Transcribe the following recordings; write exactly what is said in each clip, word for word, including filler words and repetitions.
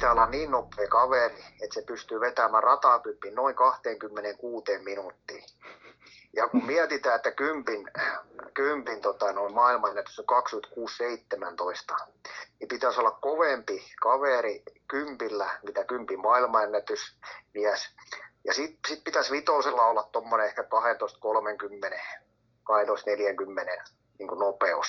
pitää olla niin nopea kaveri, että se pystyy vetämään ratakympin noin kaksikymmentäkuusi minuuttia. Ja kun mietitään, että kympin, kympin tota, noin maailmanennätys on kaksikymmentäkuusi seitsemäntoista, niin pitäisi olla kovempi kaveri kympillä, mitä kympin maailmanennätys mies. Ja sitten sit pitäisi vitosella olla tuommoinen ehkä kaksitoista kolmekymmentä, kaksitoista neljäkymmentä niin kuin nopeus.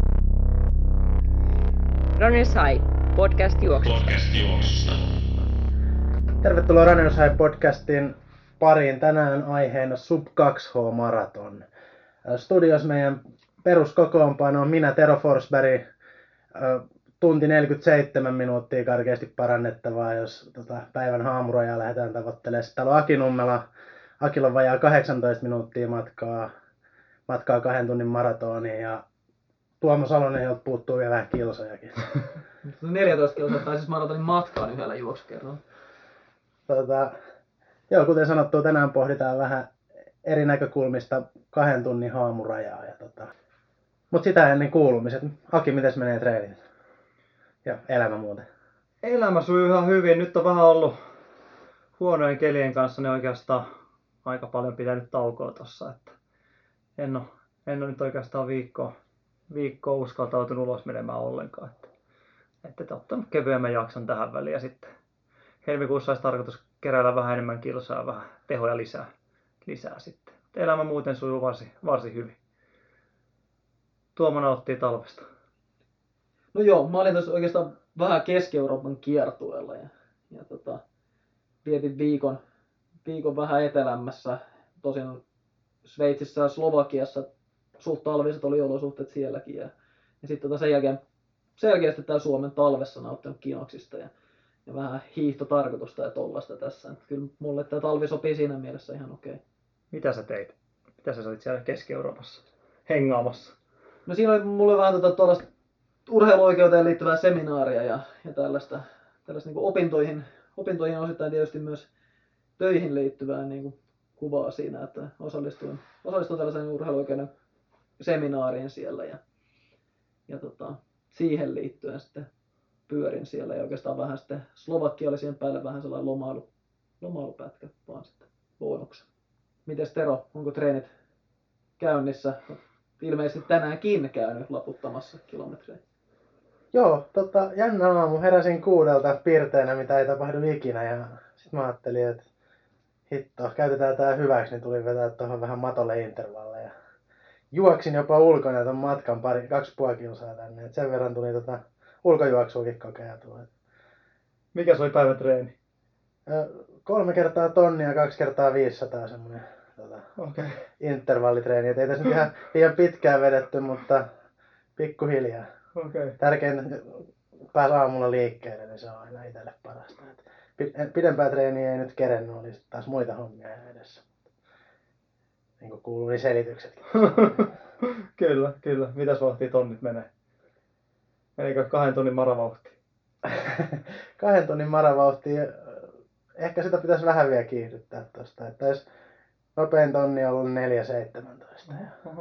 Runners High, podcast juoksusta. Podcast juoksusta. Tervetuloa Runners High podcastin pariin. Tänään aiheena Sub kaksi H maraton. Studios meidän peruskokoonpano on minä, Tero Forsberg. Tunti neljäkymmentäseitsemän minuuttia karkeasti parannettavaa, jos tota, päivän haamurajaa lähdetään tavoittelemaan. Sitten täällä on Aki Nummela. Akilla on vajaa kahdeksantoista minuuttia matkaa, matkaa kahden tunnin maratoniin. Ja Tuomo Salonen, jolta puuttuu vielä vähän kilsojakin. neljätoista kilsaa, tai siis maratonin matkaan yhdellä juoksukerralla. Tota, joo, kuten sanottu, tänään pohditaan vähän eri näkökulmista kahden tunnin haamurajaa. Ja tota. Mutta sitä ennen kuulumiset. Aki, mites menee treenit? Ja elämä muuten? Elämä sujuu ihan hyvin. Nyt on vähän ollut huonojen kelien kanssa, ne oikeastaan aika paljon pitänyt taukoa tossa. Että en ole, en ole nyt oikeastaan viikkoa, viikkoa uskaltautunut ulos menemään ollenkaan. Että, että ottanut kevyemmän jakson tähän väliin ja sitten helmikuussa olisi tarkoitus keräillä vähän enemmän kilsaa ja vähän tehoja lisää, lisää sitten. Elämä muuten sujuu varsin, varsin hyvin. Tuomo nauttii talvesta. No joo, mä olin tuossa oikeastaan vähän Keski-Euroopan kiertueella ja, ja tota, vietin viikon, viikon vähän etelämmässä. Tosin Sveitsissä ja Slovakiassa suht talviset oli olosuhteet sielläkin. Ja, ja sitten tota sen jälkeen selkeästi tää Suomen talvessa nauttinut kinoksista ja, ja vähän hiihtotarkoitusta ja tollaista tässä. Et kyllä mulle tää talvi sopii siinä mielessä ihan okei. Okay. Mitä sä teit? Mitä sä olit siellä Keski-Euroopassa hengaamassa? No siinä oli mulle vähän tota tuollaista urheiluoikeuteen liittyvää seminaaria ja, ja tällaista, tällaista niin kuin opintoihin, opintoihin osittain tietysti myös töihin liittyvää niin kuin kuvaa siinä, että osallistuin, osallistuin tällaisen urheiluoikeuden seminaariin siellä ja, ja tota, siihen liittyen sitten pyörin siellä ja oikeastaan vähän sitten Slovakia oli siihen päälle vähän sellainen lomailu, lomailupätkä vaan sitten bonuksen. Mites Tero, onko treenit käynnissä? Ilmeisesti tänäänkin käynyt laputtamassa kilometrejä. Joo, tota, jännä aamu. Heräsin kuudelta pirteenä, mitä ei tapahdu ikinä. Ja sit mä ajattelin, että hitto, käytetään tää hyväksi, niin tuli vetää tuohon vähän matolle intervalleja. Juoksin jopa ulkona ton matkan pari, kaksi puoli kilsaa tänne. Et sen verran tuli tota ulkojuoksuakin kokeiltua. Mikä se oli päivän treeni? Kolme kertaa tonnia, kaksi kertaa viisisataa semmonen tota, okay. intervallitreeni. Et ei tässä nyt ihan, ihan pitkään vedetty, mutta pikkuhiljaa. Okay. Tärkeintä pääsi aamulla liikkeelle, niin se on aina itselle parasta. Et pidempää treeniä ei nyt kerennyt, oli taas muita hommia edessä. Niin kuin kuuluu, niin selityksetkin. Kyllä, kyllä. Mitäs vauhtia tonnit menee? Menikö kahden tunnin maravauhtia? kahden tunnin maravauhtia. Ehkä sitä pitäisi vähän vielä kiihdyttää tosta. Että olisi nopein tonni ollut neljä seitsemäntoista. Oho.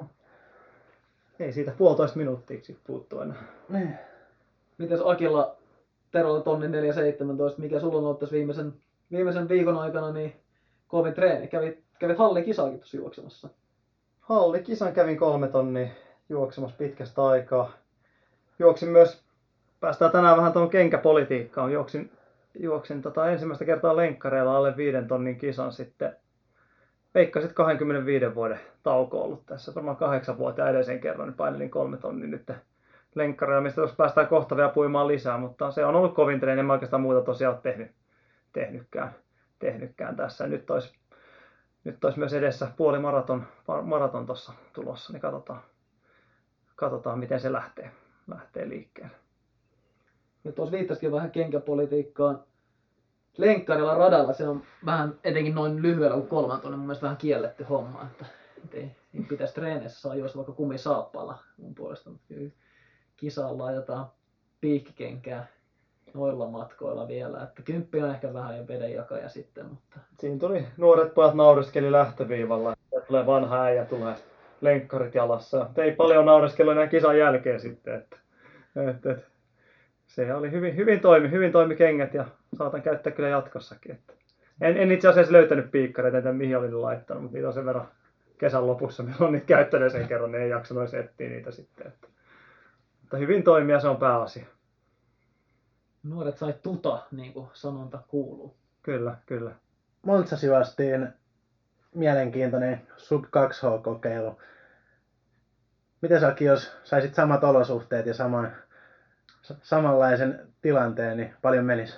Ei siitä puolitoista minuuttia sit puuttuu enää. Niin. Mites Akilla, Terolla tonni neljä seitsemäntoista, mikä sulla on ollut tässä viimeisen, viimeisen viikon aikana niin kovin treeni? Kävit, kävit hallikisaakin tuossa juoksemassa. Hallikisan kävin kolme tonnia juoksemassa pitkästä aikaa. Juoksin myös, päästään tänään vähän tuon kenkäpolitiikkaan. Juoksin, juoksin tota ensimmäistä kertaa lenkkareilla alle viiden tonnin kisan sitten. Veikkasit kaksikymmentäviiden vuoden tauko ollut tässä. Varmaan kahdeksan vuotta edellisen kerran niin painelin kolme tonnia nyt lenkkareilla, mistä tuossa päästään kohta vielä puimaan lisää. Mutta se on ollut kovin treeni, en mä oikeastaan muuta tosiaan ole tehnyt, tehnytkään, tehnytkään tässä. Nyt olisi, nyt olisi myös edessä puoli maraton, maraton tuossa tulossa, niin katsotaan, katsotaan miten se lähtee, lähtee liikkeelle. Ja tuossa viittasikin vähän kenkäpolitiikkaan. Lenkkarilla radalla se on vähän, etenkin noin lyhyellä kuin kolman tunnin, mun mielestä vähän kielletty homma, että ei, ei pitäisi treeneissä saa juosta vaikka kumisaappaalla mun puolesta, mutta kyllä kisaan laitetaan piikkikenkää noilla matkoilla vielä, että kymppi on ehkä vähän jo vedenjakaja sitten, mutta... Siinä tuli nuoret pojat naureskeli lähtöviivalla, ja tulee vanha äijä, tulee lenkkarit jalassa, ei paljon naureskella enää kisan jälkeen sitten, että, että, että Se oli hyvin, hyvin toimi, hyvin toimi kengät ja saatan käyttää kyllä jatkossakin. Että en, en itse asiassa löytänyt piikkareita, en tiedä mihin olin laittanut, mutta niitä on sen verran kesän lopussa, meillä on niitä käyttänyt sen kerran, niin ei jaksanut etsiä niitä sitten. Että, mutta hyvin toimia, se on pääasia. Nuoret sai tuta, niin kuin sanonta kuuluu. Kyllä, kyllä. Montsassa juostiin mielenkiintoinen sub kaksi H-kokeilu. Miten Saki, jos saisit samat olosuhteet ja saman, samanlaisen tilanteen, niin paljon menisi?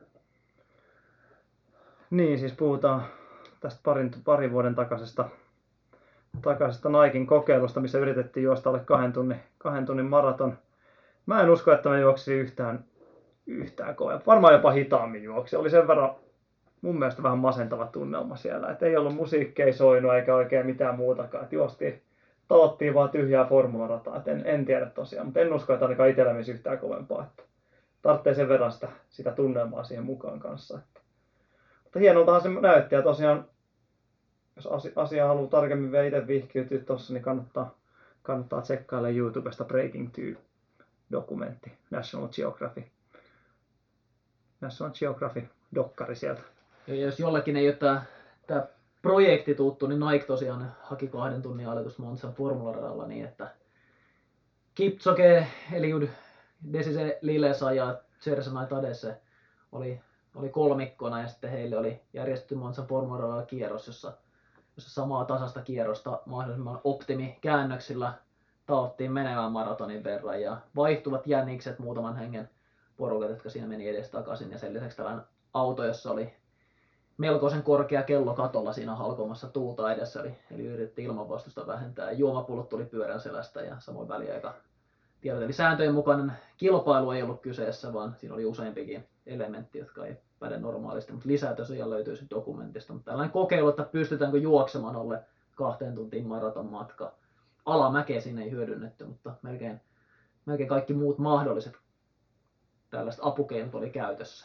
Niin, siis puhutaan tästä parin, parin vuoden takaisesta, takaisesta Naikin kokeilusta, missä yritettiin juosta alle kahden tunnin, kahden tunnin maraton. Mä en usko, että mä juoksin yhtään, yhtään kovempaa. Varmaan jopa hitaammin juoksi. Oli sen verran mun mielestä vähän masentava tunnelma siellä. Et ei ollut musiikkia soinut eikä oikein mitään muutakaan. Et juostiin, taottiin vaan tyhjää formularataa. Et en, en tiedä tosiaan, mutta en usko, että ainakaan itsellä menisi yhtään kovempaa. Että tarvitsee sen verran sitä, sitä tunnelmaa siihen mukaan kanssa. Että. Mutta hienoltahan se näytti. Ja tosiaan, jos asiaa haluaa tarkemmin vielä itse vihkiytyä tuossa, niin kannattaa, kannattaa tsekkailla YouTubesta Breaking Two-dokumentti, National Geographic. National Geographic-dokkari sieltä. Ja jos jollekin ei ole tämä, tämä projekti tuttu, niin Nike tosiaan haki kahden tunnin alitusta Monzan formularadalla niin, että Kipchoge, Eliud, Desise Lilesa ja Cercenai Tadesse oli, oli kolmikkona ja sitten heille oli järjestetty Monzan formularadalla kierros, jossa, jossa samaa tasasta kierrosta mahdollisimman optimikäännöksillä taottiin menevään maratonin verran ja vaihtuvat jänikset muutaman hengen porukat, jotka siinä meni edes takaisin ja sen lisäksi tällainen auto, jossa oli melkoisen korkea kello katolla siinä halkomassa tuulta edessä, eli, eli yritettiin ilmanvastusta vähentää. Juomapullot tuli pyörän selästä ja samoin väliaika tiedot. Eli sääntöjen mukainen kilpailu ei ollut kyseessä, vaan siinä oli useampikin elementti, jotka ei päde normaalisti, mutta lisää tosiaan löytyy sitten dokumentista. Mutta tällainen kokeilu, että pystytäänkö juoksemaan alle kahteen tuntiin maraton matka. Alamäkeä siinä ei hyödynnetty, mutta melkein, melkein kaikki muut mahdolliset tällaiset apukeinot oli käytössä.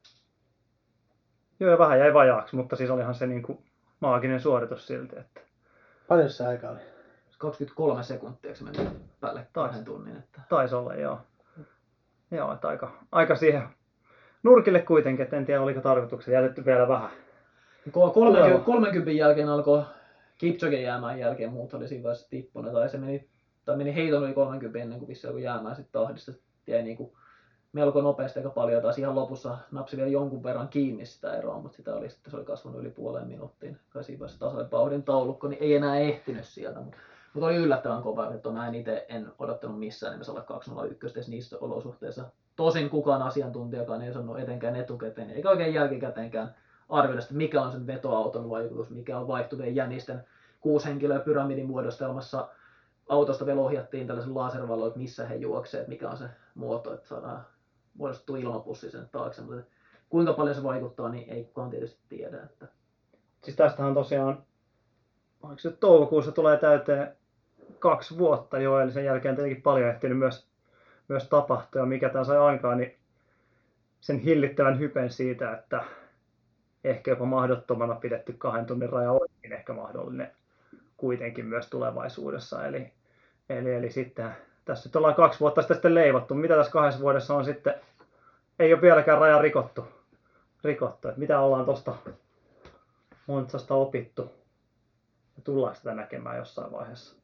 Joo, ja vähän jäi vajaaksi, mutta siis olihan se niin kuin maaginen suoritus silti. Että. Paljon se aika oli? kaksikymmentäkolme sekuntia, se meni päälle kahden tunnin. Että. Taisi olla, joo. Joo, että aika, aika siihen nurkille kuitenkin, että en tiedä oliko tarkoituksena jätetty vielä vähän. kolmekymmentä, kolmekymmentä jälkeen alkoi Kipchoge jäämään jälkeen, muut oli siinä vaiheessa tippunut, tai se meni, tai meni heiton yli kolmekymmentä ennen kuin vissi alkoi jäämään sitten tahdista. Jäi niin kuin melko nopeasti aika paljon, taas ihan lopussa napsi vielä jonkun verran kiinni sitä eroa, mutta sitä oli, sitten se oli kasvanut yli puoleen minuuttiin. Kai siinä vaiheessa tasainen vauhdin taulukko, niin ei enää ehtinyt sieltä, mutta, mutta oli yllättävän kova, että mä en itse en odottanut missään nimessä olla kaksi nolla yksi edes niissä olosuhteissa. Tosin kukaan asiantuntijakaan ei sanonut etenkään etukäteen, eikä oikein jälkikäteenkään arvioida, että mikä on sen vetoauton vaikutus, mikä on vaihtuvien jänisten kuusi henkilöä pyramidin muodostelmassa. Autosta vielä ohjattiin tällaisen laservaloon, että missä he juoksevat, mikä on se muoto, että saadaan muodostuu ilmapussi sen taakse, mutta kuinka paljon se vaikuttaa, niin ei kukaan tietysti tiedä. Että. Siis tästähän tosiaan, onko se toukokuussa tulee täyteen kaksi vuotta jo, eli sen jälkeen tietenkin paljon ehtinyt myös, myös tapahtua, ja mikä tämä sai aikaan, niin sen hillittävän hypen siitä, että ehkä jopa mahdottomana pidetty kahden tunnin raja olikin ehkä mahdollinen kuitenkin myös tulevaisuudessa, eli, eli, eli sitten tässä nyt ollaan kaksi vuotta sitten leivottu. Mitä tässä kahdessa vuodessa on sitten? Ei ole vieläkään raja rikottu. rikottu. Että mitä ollaan tuosta Montsasta opittu? Ja tullaanko sitä näkemään jossain vaiheessa?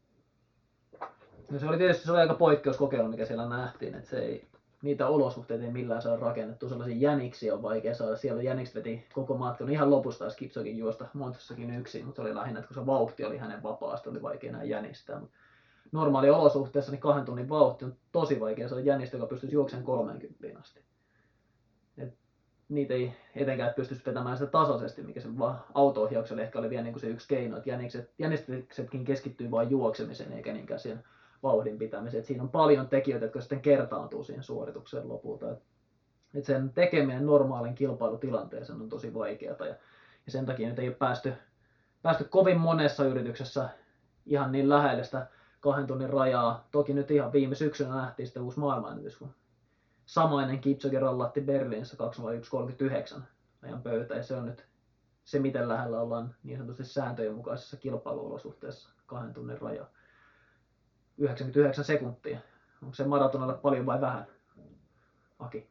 No se oli tietysti se oli aika poikkeuskokeilu, mikä siellä nähtiin. Että se ei, niitä olosuhteita ei millään saa rakennettu. Sellaisia jäniksiä on vaikea saada. Siellä jänikset veti koko matkan. Ihan lopussa taisi Kipchogen juosta Montsassakin yksin, mutta se oli lähinnä, että kun se vauhti oli hänen vapaasta, oli vaikea enää jänistää. Normaali olosuhteessa niin kahden tunnin vauhti on tosi vaikea saada jänistä, joka pystyisi juoksemaan kolmeenkymmeneen asti. Et niitä ei etenkään pystyisi vetämään sitä tasaisesti, mikä se auto-ohjauksella ehkä oli vielä niin kuin se yksi keino, että jänikset, jäniksetkin keskittyy vain juoksemiseen eikä niinkään siihen vauhdin pitämiseen. Et siinä on paljon tekijöitä, jotka sitten kertaantuu siihen suoritukseen lopulta. Et, et sen tekeminen normaalin kilpailutilanteeseen on tosi vaikeaa ja, ja sen takia nyt ei ole päästy, päästy kovin monessa yrityksessä ihan niin lähelle sitä kahden tunnin rajaa. Toki nyt ihan viime syksynä nähtiin sitten uusi maailmanennätys, kun samainen Kipchoge rallatti Berliinissä kaksi nolla yksi kolmekymmentäyhdeksän ajan pöytä. Ja se on nyt se, miten lähellä ollaan niin sanotusti sääntöjen mukaisessa kilpailuolosuhteessa kahden tunnin raja. yhdeksänkymmentäyhdeksän sekuntia. Onko se maratonalle paljon vai vähän? Aki?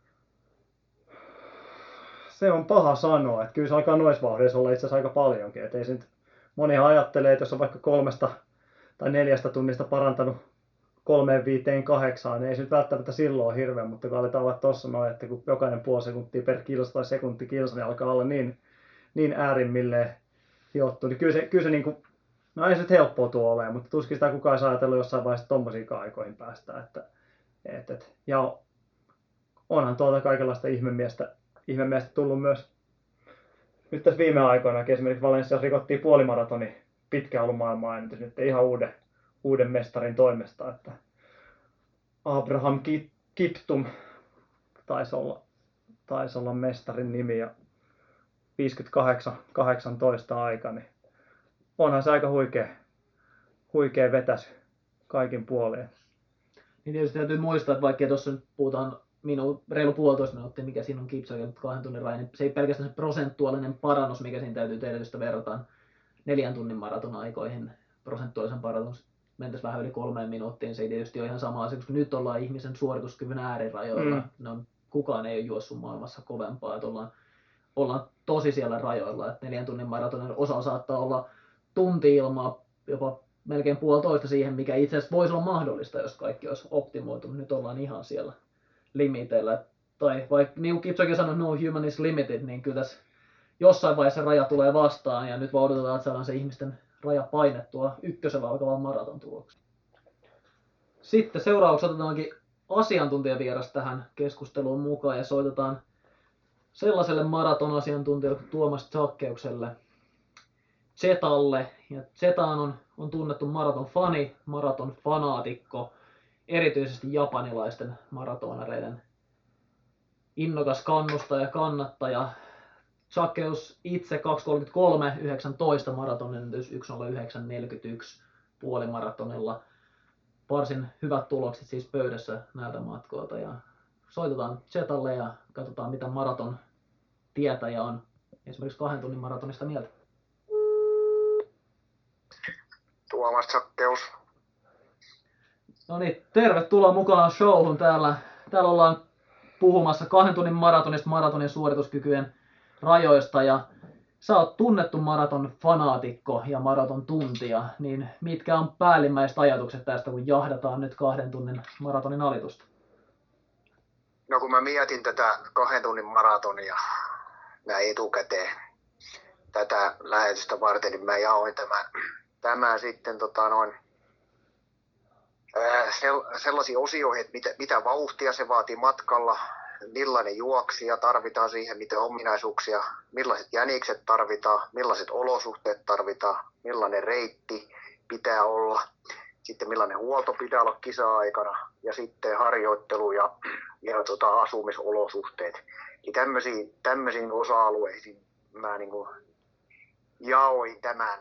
Se on paha sanoa, että kyllä se alkaa noissa vauhdissa olla itse asiassa aika paljonkin. Et ei se nyt, monihan ajattelee, että jos on vaikka kolmesta tai neljästä tunnista parantanut kolmeen, viiteen, kahdeksaan, niin ei se nyt välttämättä silloin ole hirveä, mutta kun aletaan olla tuossa noin, että kun jokainen puoli sekuntia per kilsa tai sekunti kilsa, niin alkaa olla niin, niin äärimmilleen hiottu, niin kyllä se, kyllä se niin kuin, no ei se nyt helppoa tuo ole, mutta tuskin sitä kukaan saa ajatella jossain vaiheessa tommosiin aikoihin päästä. Että, et, et, ja onhan tuolta kaikenlaista ihmemiestä, ihmemiestä tullut myös. Nyt tässä viime aikoina, esimerkiksi Valenssiassa rikottiin puolimaratoni pitkä ollut maailmanennätys nyt ihan uuden, uuden mestarin toimesta, että Abraham Kiptum taisi olla, taisi olla mestarin nimi ja viisikymmentäkahdeksan kahdeksantoista aika, niin onhan se aika huikea, huikea vetäsy kaikin puolin. Niin tietysti täytyy muistaa, että vaikka tuossa nyt puhutaan minu, reilu puolitoista minuuttia, mikä siinä on Kipsogella kahden tunnin raja, niin se ei pelkästään se prosentuaalinen parannus, mikä siinä täytyy tehdä, jos verrataan neljän tunnin maraton aikoihin. Prosentuaalisen parannus mentäisiin vähän yli kolmeen minuuttiin, se ei tietysti ole ihan sama asia, koska nyt ollaan ihmisen suorituskyvyn äärirajoilla. Mm. Ne on, kukaan ei ole juossut maailmassa kovempaa, että ollaan, ollaan tosi siellä rajoilla, että neljän tunnin maratonin osa saattaa olla tunti ilmaa, jopa melkein puolitoista siihen, mikä itse asiassa voisi olla mahdollista, jos kaikki olisi optimoitu. Nyt ollaan ihan siellä limiteillä. Tai vaikka niin kuin Kipchoge sanoi, no human is limited, niin kyllä tässä jossain vaiheessa raja tulee vastaan, ja nyt vaan odotetaan, että saadaan se ihmisten raja painettua ykkösellä alkavaan maraton tuloksi. Sitten seuraavaksi otetaankin asiantuntijavieras tähän keskusteluun mukaan, ja soitetaan sellaiselle maratonasiantuntijalle kuin Tuomas Tsakkeukselle, Zetalle. Ja Zetaan on, on tunnettu maraton fani, maraton fanaatikko, erityisesti japanilaisten maratonareiden innokas kannustaja ja kannattaja. Tsakeus itse kaksi kolmekymmentäkolme yhdeksäntoista maratonennätys yksi nolla yhdeksän neljäkymmentäyksi puolimaratonilla. Varsin hyvät tulokset siis pöydässä näiltä matkoilta. Ja soitetaan Zetalle ja katsotaan mitä maraton tietäjä on esimerkiksi kahden tunnin maratonista mieltä. Tuomas Tsakeus. No niin, tervetuloa mukaan showhun. Täällä, täällä ollaan puhumassa kahden tunnin maratonista, maratonin suorituskykyjen rajoista. Ja sä oot tunnettu maraton fanaatikko ja maraton tuntija, niin mitkä on päällimmäiset ajatukset tästä, kun jahdataan nyt kahden tunnin maratonin alitusta? No kun mä mietin tätä kahden tunnin maratonia näin etukäteen tätä lähetystä varten, niin mä jaoin tämän, tämän sitten tota noin sellaisiin osioihin, että mitä, mitä vauhtia se vaatii matkalla, millainen juoksija tarvitaan siihen, mitä ominaisuuksia, millaiset jänikset tarvitaan, millaiset olosuhteet tarvitaan, millainen reitti pitää olla, sitten millainen huolto pitää olla kisa-aikana ja sitten harjoittelu ja, ja tota, asumisolosuhteet. Niin tämmöisiin, tämmöisiin osa-alueisiin mä niin kuin jaoin tämän.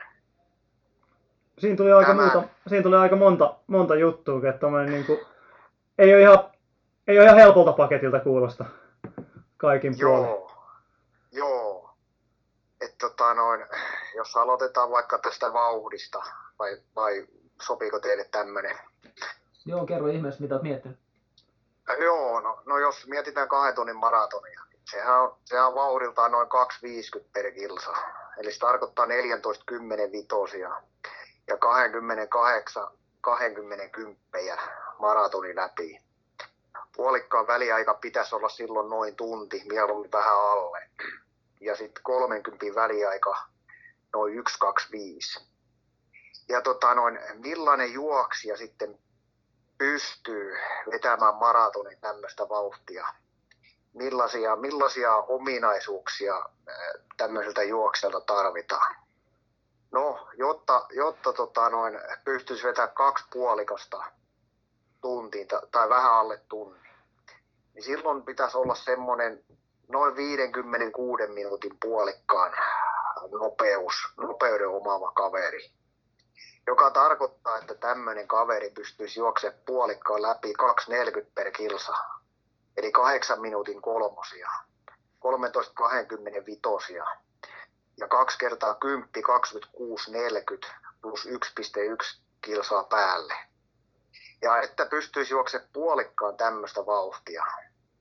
Siinä tuli aika, muuta, siinä tuli aika monta, monta juttua, että niin kuin, ei, ole ihan, ei ole ihan helpolta paketilta kuulosta kaikin puolin. Joo, joo. Et, tota, noin, jos aloitetaan vaikka tästä vauhdista, vai, vai sopiiko teille tämmöinen? Joo, kerro ihmeessä, mitä olet miettinyt. Äh, joo, no, no jos mietitään kahden tunnin maratonia, sehän on, sehän on vauhdiltaan noin kaksi viisikymmentä per kilsa. Eli se tarkoittaa neljätoista kymmenen vitosia. Ja kaksikymmentäkahdeksan kaksikymmentä kymppejä maratonin läpi. Puolikkaan väliaika pitäisi olla silloin noin tunti, mieluummin vähän alle. Ja sitten kolmenkymmenen väliaika noin yksi kaksikymmentäviisi. Ja tota noin, millainen juoksija sitten pystyy vetämään maratonin tämmöistä vauhtia? Millaisia, millaisia ominaisuuksia tämmöiseltä juoksijalta tarvitaan? No, jotta, jotta tota noin, pystyisi vetämään kaksi puolikasta tuntiin tai vähän alle tunnin, niin silloin pitäisi olla semmoinen noin viisikymmentäkuusi minuutin puolikkaan nopeus, nopeuden omaava kaveri, joka tarkoittaa, että tämmöinen kaveri pystyisi juoksemaan puolikkaan läpi kaksi neljäkymmentä per kilsa, eli kahdeksan minuutin kolmosia, kolmetoista kaksikymmentäviisi ja kaksi kertaa kymmenen, kaksikymmentäkuusi neljäkymmentä plus yksi pilkku yksi kilsaa päälle. Ja että pystyisi juoksemaan puolikkaan tämmöistä vauhtia,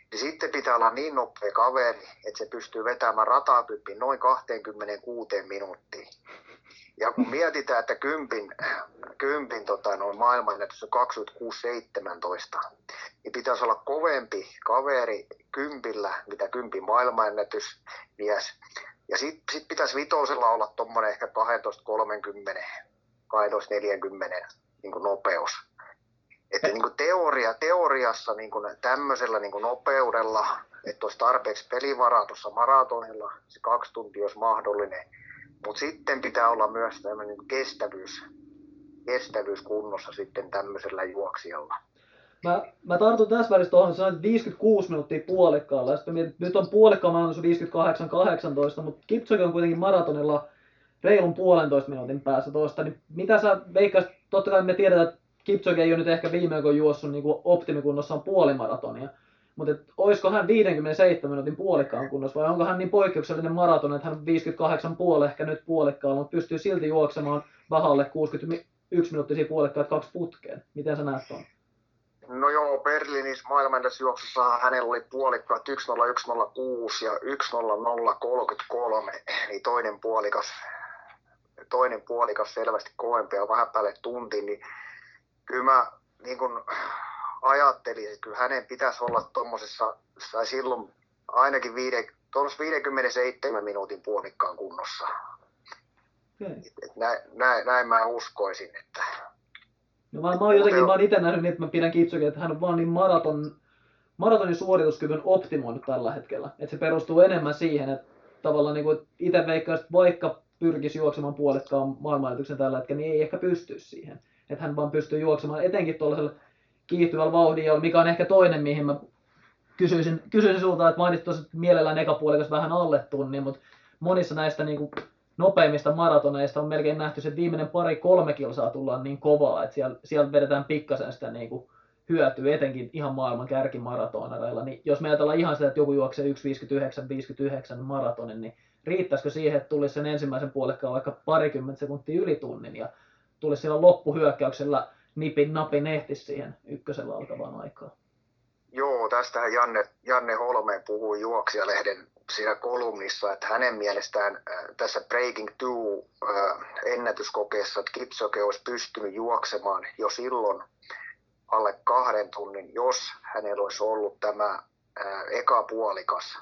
niin sitten pitää olla niin nopea kaveri, että se pystyy vetämään ratatyypin noin kaksikymmentäkuusi minuuttiin. Ja kun mietitään, että kympin, kympin tota, noin maailmanennätys on kaksikymmentäkuusi seitsemäntoista, niin pitäisi olla kovempi kaveri kympillä, mitä kympin maailmanennätys mies. Ja sitten sit pitäisi vitosella olla tuommoinen ehkä kaksitoista kolmekymmentä, kaksitoista neljäkymmentä niin kuin nopeus. Että niin kuin teoria, teoriassa niin kuin tämmöisellä niin kuin nopeudella, että olisi tarpeeksi pelivaraa tuossa maratonilla, se kaksi tuntia olisi mahdollinen. Mutta sitten pitää olla myös tämmöinen niin kestävyys, kestävyys kunnossa sitten tämmöisellä juoksijalla. Mä, mä tartun tässä välissä tuohon, että sanoit viisikymmentäkuusi minuuttia puolikkaalla. Ja mietin, nyt on puolikkaan maailmassa viisikymmentäkahdeksan kahdeksantoista, mutta Kipchoge on kuitenkin maratonilla reilun puolentoista minuutin päässä tuosta. Niin mitä sä veikkaisit, totta kai me tiedetään, että Kipchoge ei ole nyt ehkä viime aikoina juossut niin kuin optimikunnossaan puolimaratonia. Mutta olisiko hän viisikymmentäseitsemän minuutin puolikkaan kunnossa vai onko hän niin poikkeuksellinen maraton, että hän viisikymmentäkahdeksan puoli ehkä nyt puolikkaalla, mutta pystyy silti juoksemaan vähälle kuusikymmentäyksi minuuttisia puolikkaat kaksi putkeen. Miten sä näet tuon? No joo, Berliinissä maailmanennätysjuoksussa hänellä oli puolikkaat yksi nolla yksi nolla kuusi ja yksi nolla nolla kolmekymmentäkolme, niin toinen puolikas, toinen puolikas selvästi kovempi ja vähän päälle tunti, niin kyllä mä niin kun ajattelin, että kyllä hänen pitäisi olla tuommoisessa, tai silloin ainakin viide, viisikymmentäseitsemän minuutin puolikkaan kunnossa. Okay. Näin, näin, näin mä uskoisin, että... No mä, mä oon jotenkin, mä oon itse nähnyt niin, että mä pidän Kipchogea, että hän on vaan niin maraton, maratonin suorituskyvyn optimoinut tällä hetkellä. Että se perustuu enemmän siihen, että tavallaan niin kuin itse veikkaan, että vaikka pyrkisi juoksemaan puolikkaan maailmanennätyksen tällä hetkellä, niin ei ehkä pystyisi siihen. Että hän vaan pystyy juoksemaan etenkin tuollaisella kiihtyvällä vauhdilla, mikä on ehkä toinen, mihin mä kysyisin, kysyisin sulta, että mainitsit tuossa mielellään ekapuolikas vähän alle tunnin, mutta monissa näistä niin kuin nopeimmista maratoneista on melkein nähty se, että viimeinen pari kolme kilsaa tullaan niin kovaa, että siellä, siellä vedetään pikkasen sitä niin kuin hyötyä, etenkin ihan maailman kärkimaratonareilla. Niin jos me ajatellaan ihan sitä, että joku juoksee yksi viisikymmentäyhdeksän viisikymmentäyhdeksän maratonin, niin riittäisikö siihen, että tulisi sen ensimmäisen puolikkaan vaikka parikymmentä sekuntia yli tunnin ja tulisi sillä loppuhyökkäyksellä nipin napin ehtis siihen ykkösellä alkavaan aikaan? Joo, tästähän Janne, Janne Holme puhui Juoksijalehden siinä kolumnissa, että hänen mielestään äh, tässä Breaking Two äh, ennätyskokeessa, että Kipchoge olisi pystynyt juoksemaan jo silloin alle kahden tunnin, jos hänellä olisi ollut tämä äh, eka puolikas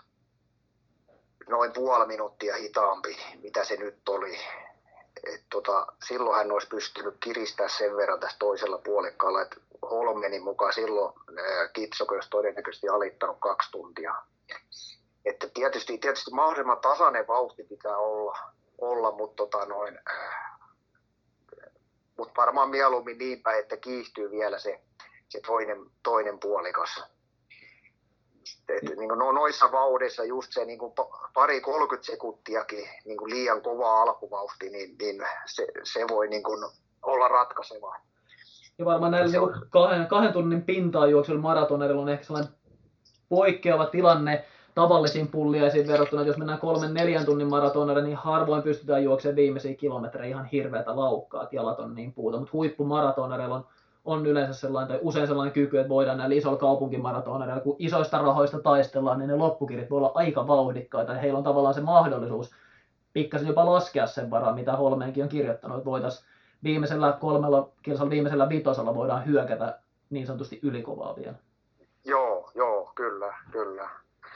noin puoli minuuttia hitaampi, mitä se nyt oli. Et tota, silloin hän olisi pystynyt kiristämään sen verran tässä toisella puolikkaalla, että Holmenin mukaan silloin äh, Kipchoge olisi todennäköisesti alittanut kaksi tuntia. Että tietysti, tietysti mahdollisimman tasainen vauhti pitää olla, olla mutta tota noin, äh, mut varmaan mieluummin niin päin, että kiihtyy vielä se, se toinen, toinen puolikas. Et, niin kuin no, noissa vauhdissa just se niin kuin pari kolmekymmentä sekuntiakin niin kuin liian kova alkuvauhti, niin, niin se, se voi niin kuin olla ratkaiseva. Ja varmaan näillä niin kuin kahden, kahden tunnin pintaan juoksuilla maratoneilla on ehkä sellainen poikkeava tilanne tavallisiin pulliaisiin verrattuna, että jos mennään kolmen neljän tunnin maratoneille, niin harvoin pystytään juoksemaan viimeisiä kilometrejä ihan hirveätä laukkaa, että jalat on niin puuta, mutta huippumaratoneilla on, on yleensä sellainen, tai usein sellainen kyky, että voidaan näillä isoilla kaupunkimaratoneilla, kun isoista rahoista taistellaan, niin ne loppukirjat voi olla aika vauhdikkaita, ja heillä on tavallaan se mahdollisuus pikkasen jopa laskea sen varaan, mitä Holmeenkin on kirjoittanut, että voitaisiin viimeisellä kolmella kilsalla, viimeisellä vitosella voidaan hyökätä niin sanotusti ylikovaa vielä. Joo, joo, kyllä, kyllä.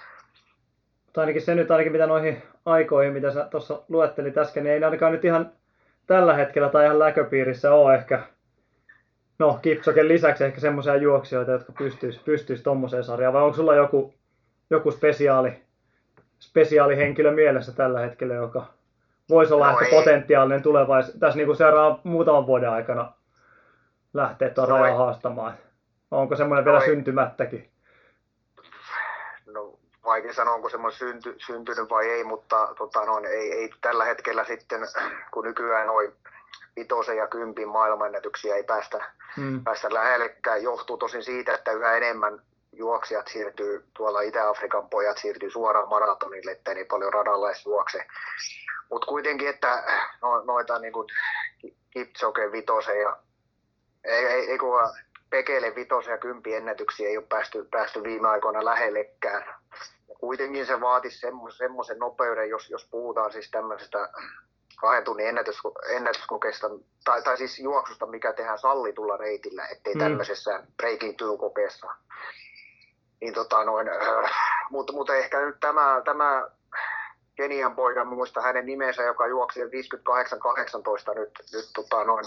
Tai ainakin se nyt ainakin mitä noihin aikoihin, mitä sä tuossa luettelit äsken, niin ei ainakaan nyt ihan tällä hetkellä tai ihan läköpiirissä ole ehkä, no Kipchogen lisäksi ehkä semmoisia juoksijoita, jotka pystyisi, pystyisi tommoseen sarjaan, vai onko sulla joku, joku spesiaali, spesiaalihenkilö mielessä tällä hetkellä, joka voisi olla no ehkä ei. potentiaalinen tulevaisuus, tässä niin kuin seuraavan muutaman vuoden aikana lähteä tuon no rajan haastamaan. Onko semmoinen no vielä ei. syntymättäkin? No vaikea sanoa, onko semmoinen synty, syntynyt vai ei, mutta tota, no, ei, ei tällä hetkellä sitten, kun nykyään noin vitosen ja kympin maailmanennätyksiä ei päästä, hmm. päästä lähellekään, johtuu tosin siitä, että yhä enemmän juoksijat siirtyy, tuolla Itä-Afrikan pojat siirtyy suoraan maratonille, ettei niin paljon radalla edes juokse. Mutta kuitenkin, että no, noita niin kuin Kipchoge, vitosen ja ei, ei, ei kun Pekele vitosen ja kympi ennätyksiä ei ole päästy, päästy viime aikoina lähellekään. Ja kuitenkin se vaatisi semmoisen nopeuden, jos, jos puhutaan siis tämmöisestä kahden tunnin ennätys, ennätyskokeesta, tai, tai siis juoksusta, mikä tehdään sallitulla reitillä, ettei mm. tämmöisessä breaking two-kokeessa. Niin tota noin, äh, mutta, mutta ehkä nyt tämä, tämä Kenian poika, muista hänen nimensä, joka juoksi viisikymmentäkahdeksan kahdeksantoista nyt, nyt tota noin,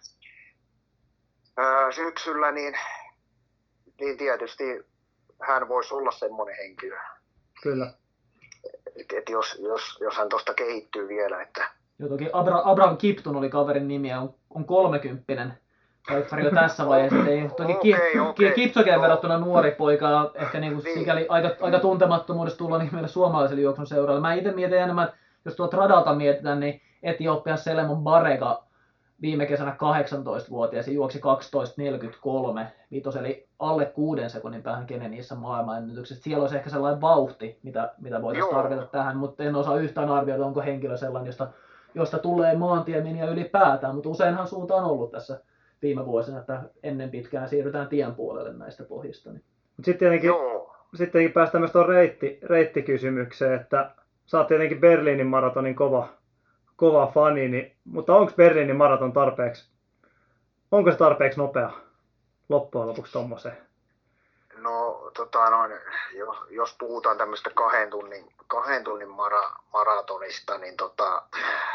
äh, syksyllä, niin, niin tietysti hän voisi olla semmoinen henkilö. Kyllä. Et, et jos, jos, jos hän tuosta kehittyy vielä. Että... Joo, toki Abra, Abraham Kipton oli kaverin nimi ja on, on kolmekymppinen. Paikkari jo tässä vaiheessa. Ei, toki okay, okay. Kipsokeen no. verrattuna nuori poika, ehkä niinku niin. sikäli aika, aika tuntemattomuudesta tulla niin meille suomalaiselle juoksun seuralle. Mä itse mietin enemmän, että jos tuolta radalta mietitään, niin Etiopian Selemon Barega viime kesänä kahdeksantoistavuotias ja juoksi kaksitoista neljäkymmentäkolme vitos, eli alle kuuden sekunnin päähän Keneniassa maailmanennätyksestä. Siellä olisi ehkä sellainen vauhti, mitä, mitä voitaisiin tarvita tähän, mutta en osaa yhtään arvioida, onko henkilö sellainen, josta, josta tulee maantieminiä ylipäätään, mutta useinhan suunta on ollut tässä viime vuosina, että ennen pitkään siirrytään tien puolelle näistä pohjista. Niin. Mutta sitten tietenkin, sitten päästään myös tuon reitti, reittikysymykseen, että sä oot tietenkin Berliinin maratonin kova, kova fani, niin, mutta onko Berliinin maraton tarpeeksi, onko se tarpeeksi nopea loppujen lopuksi tommoseen? No tota noin, jos, jos puhutaan tämmöistä kahden tunnin, kahden tunnin mara, maratonista, niin tota,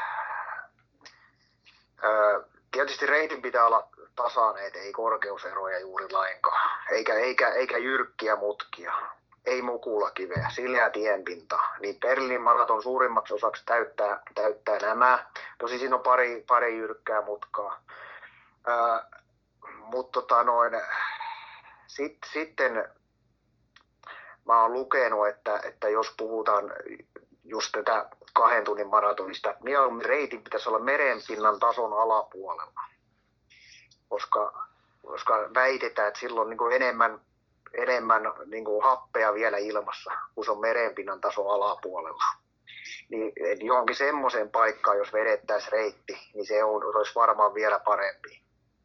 ää, tietysti reitin pitää olla tasainen, ei korkeuseroja juuri lainkaan, eikä, eikä, eikä jyrkkiä mutkia, ei mukulakiveä, sileä tienpinta. Niin Berliinin maraton suurimmaksi osaksi täyttää, täyttää nämä. Tosi siinä on pari, pari jyrkkää mutkaa. Ää, mutta tota noin, sit, sitten mä oon lukenut, että, että jos puhutaan just tätä kahden tunnin maratonista, mieluummin reitin pitäisi olla merenpinnan tason alapuolella, koska, koska väitetään, että silloin niin kuin enemmän, enemmän niin kuin happea vielä ilmassa, kun se on merenpinnan tason alapuolella. Niin johonkin semmoiseen paikkaan, jos vedettäisiin reitti, niin se, on, se olisi varmaan vielä parempi.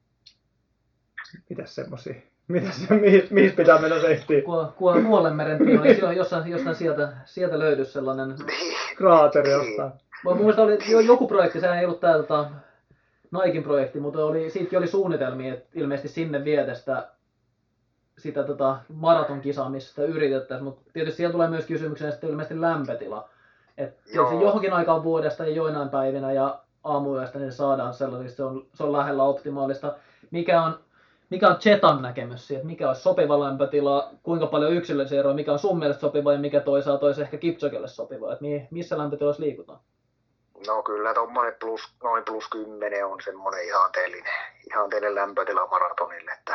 Mitäs semmosia? Mitäs, mihin, mihin pitää mennä reittiin? Kuollenmeren tila, ei silloin jossain, jossain sieltä, sieltä löydy sellainen kraateri jostain. Mun mielestä oli joku projekti, sehän ei ollut tää tota, Naikin projekti, mutta oli, siitäkin oli suunnitelmia, että ilmeisesti sinne vietestä sitä tota, maratonkisaa, missä sitä yritettäisiin, mutta tietysti siellä tulee myös kysymykseen sitten ilmeisesti lämpötila. Että johonkin aikaan vuodesta ja joinain päivinä ja aamuyöstä niin saadaan sellaisista, se on, se on lähellä optimaalista. Mikä on, mikä on Chetan näkemys siitä, mikä olisi sopiva lämpötila, kuinka paljon yksilöllisiä eroja, mikä on sun mielestä sopiva ja mikä toisaalta olisi ehkä Kipchogelle sopiva, että missä lämpötilassa liikutaan? No kyllä tuommoinen plus, noin plus kymmenen on semmoinen ihanteellinen, ihanteellinen lämpötila maratonille, että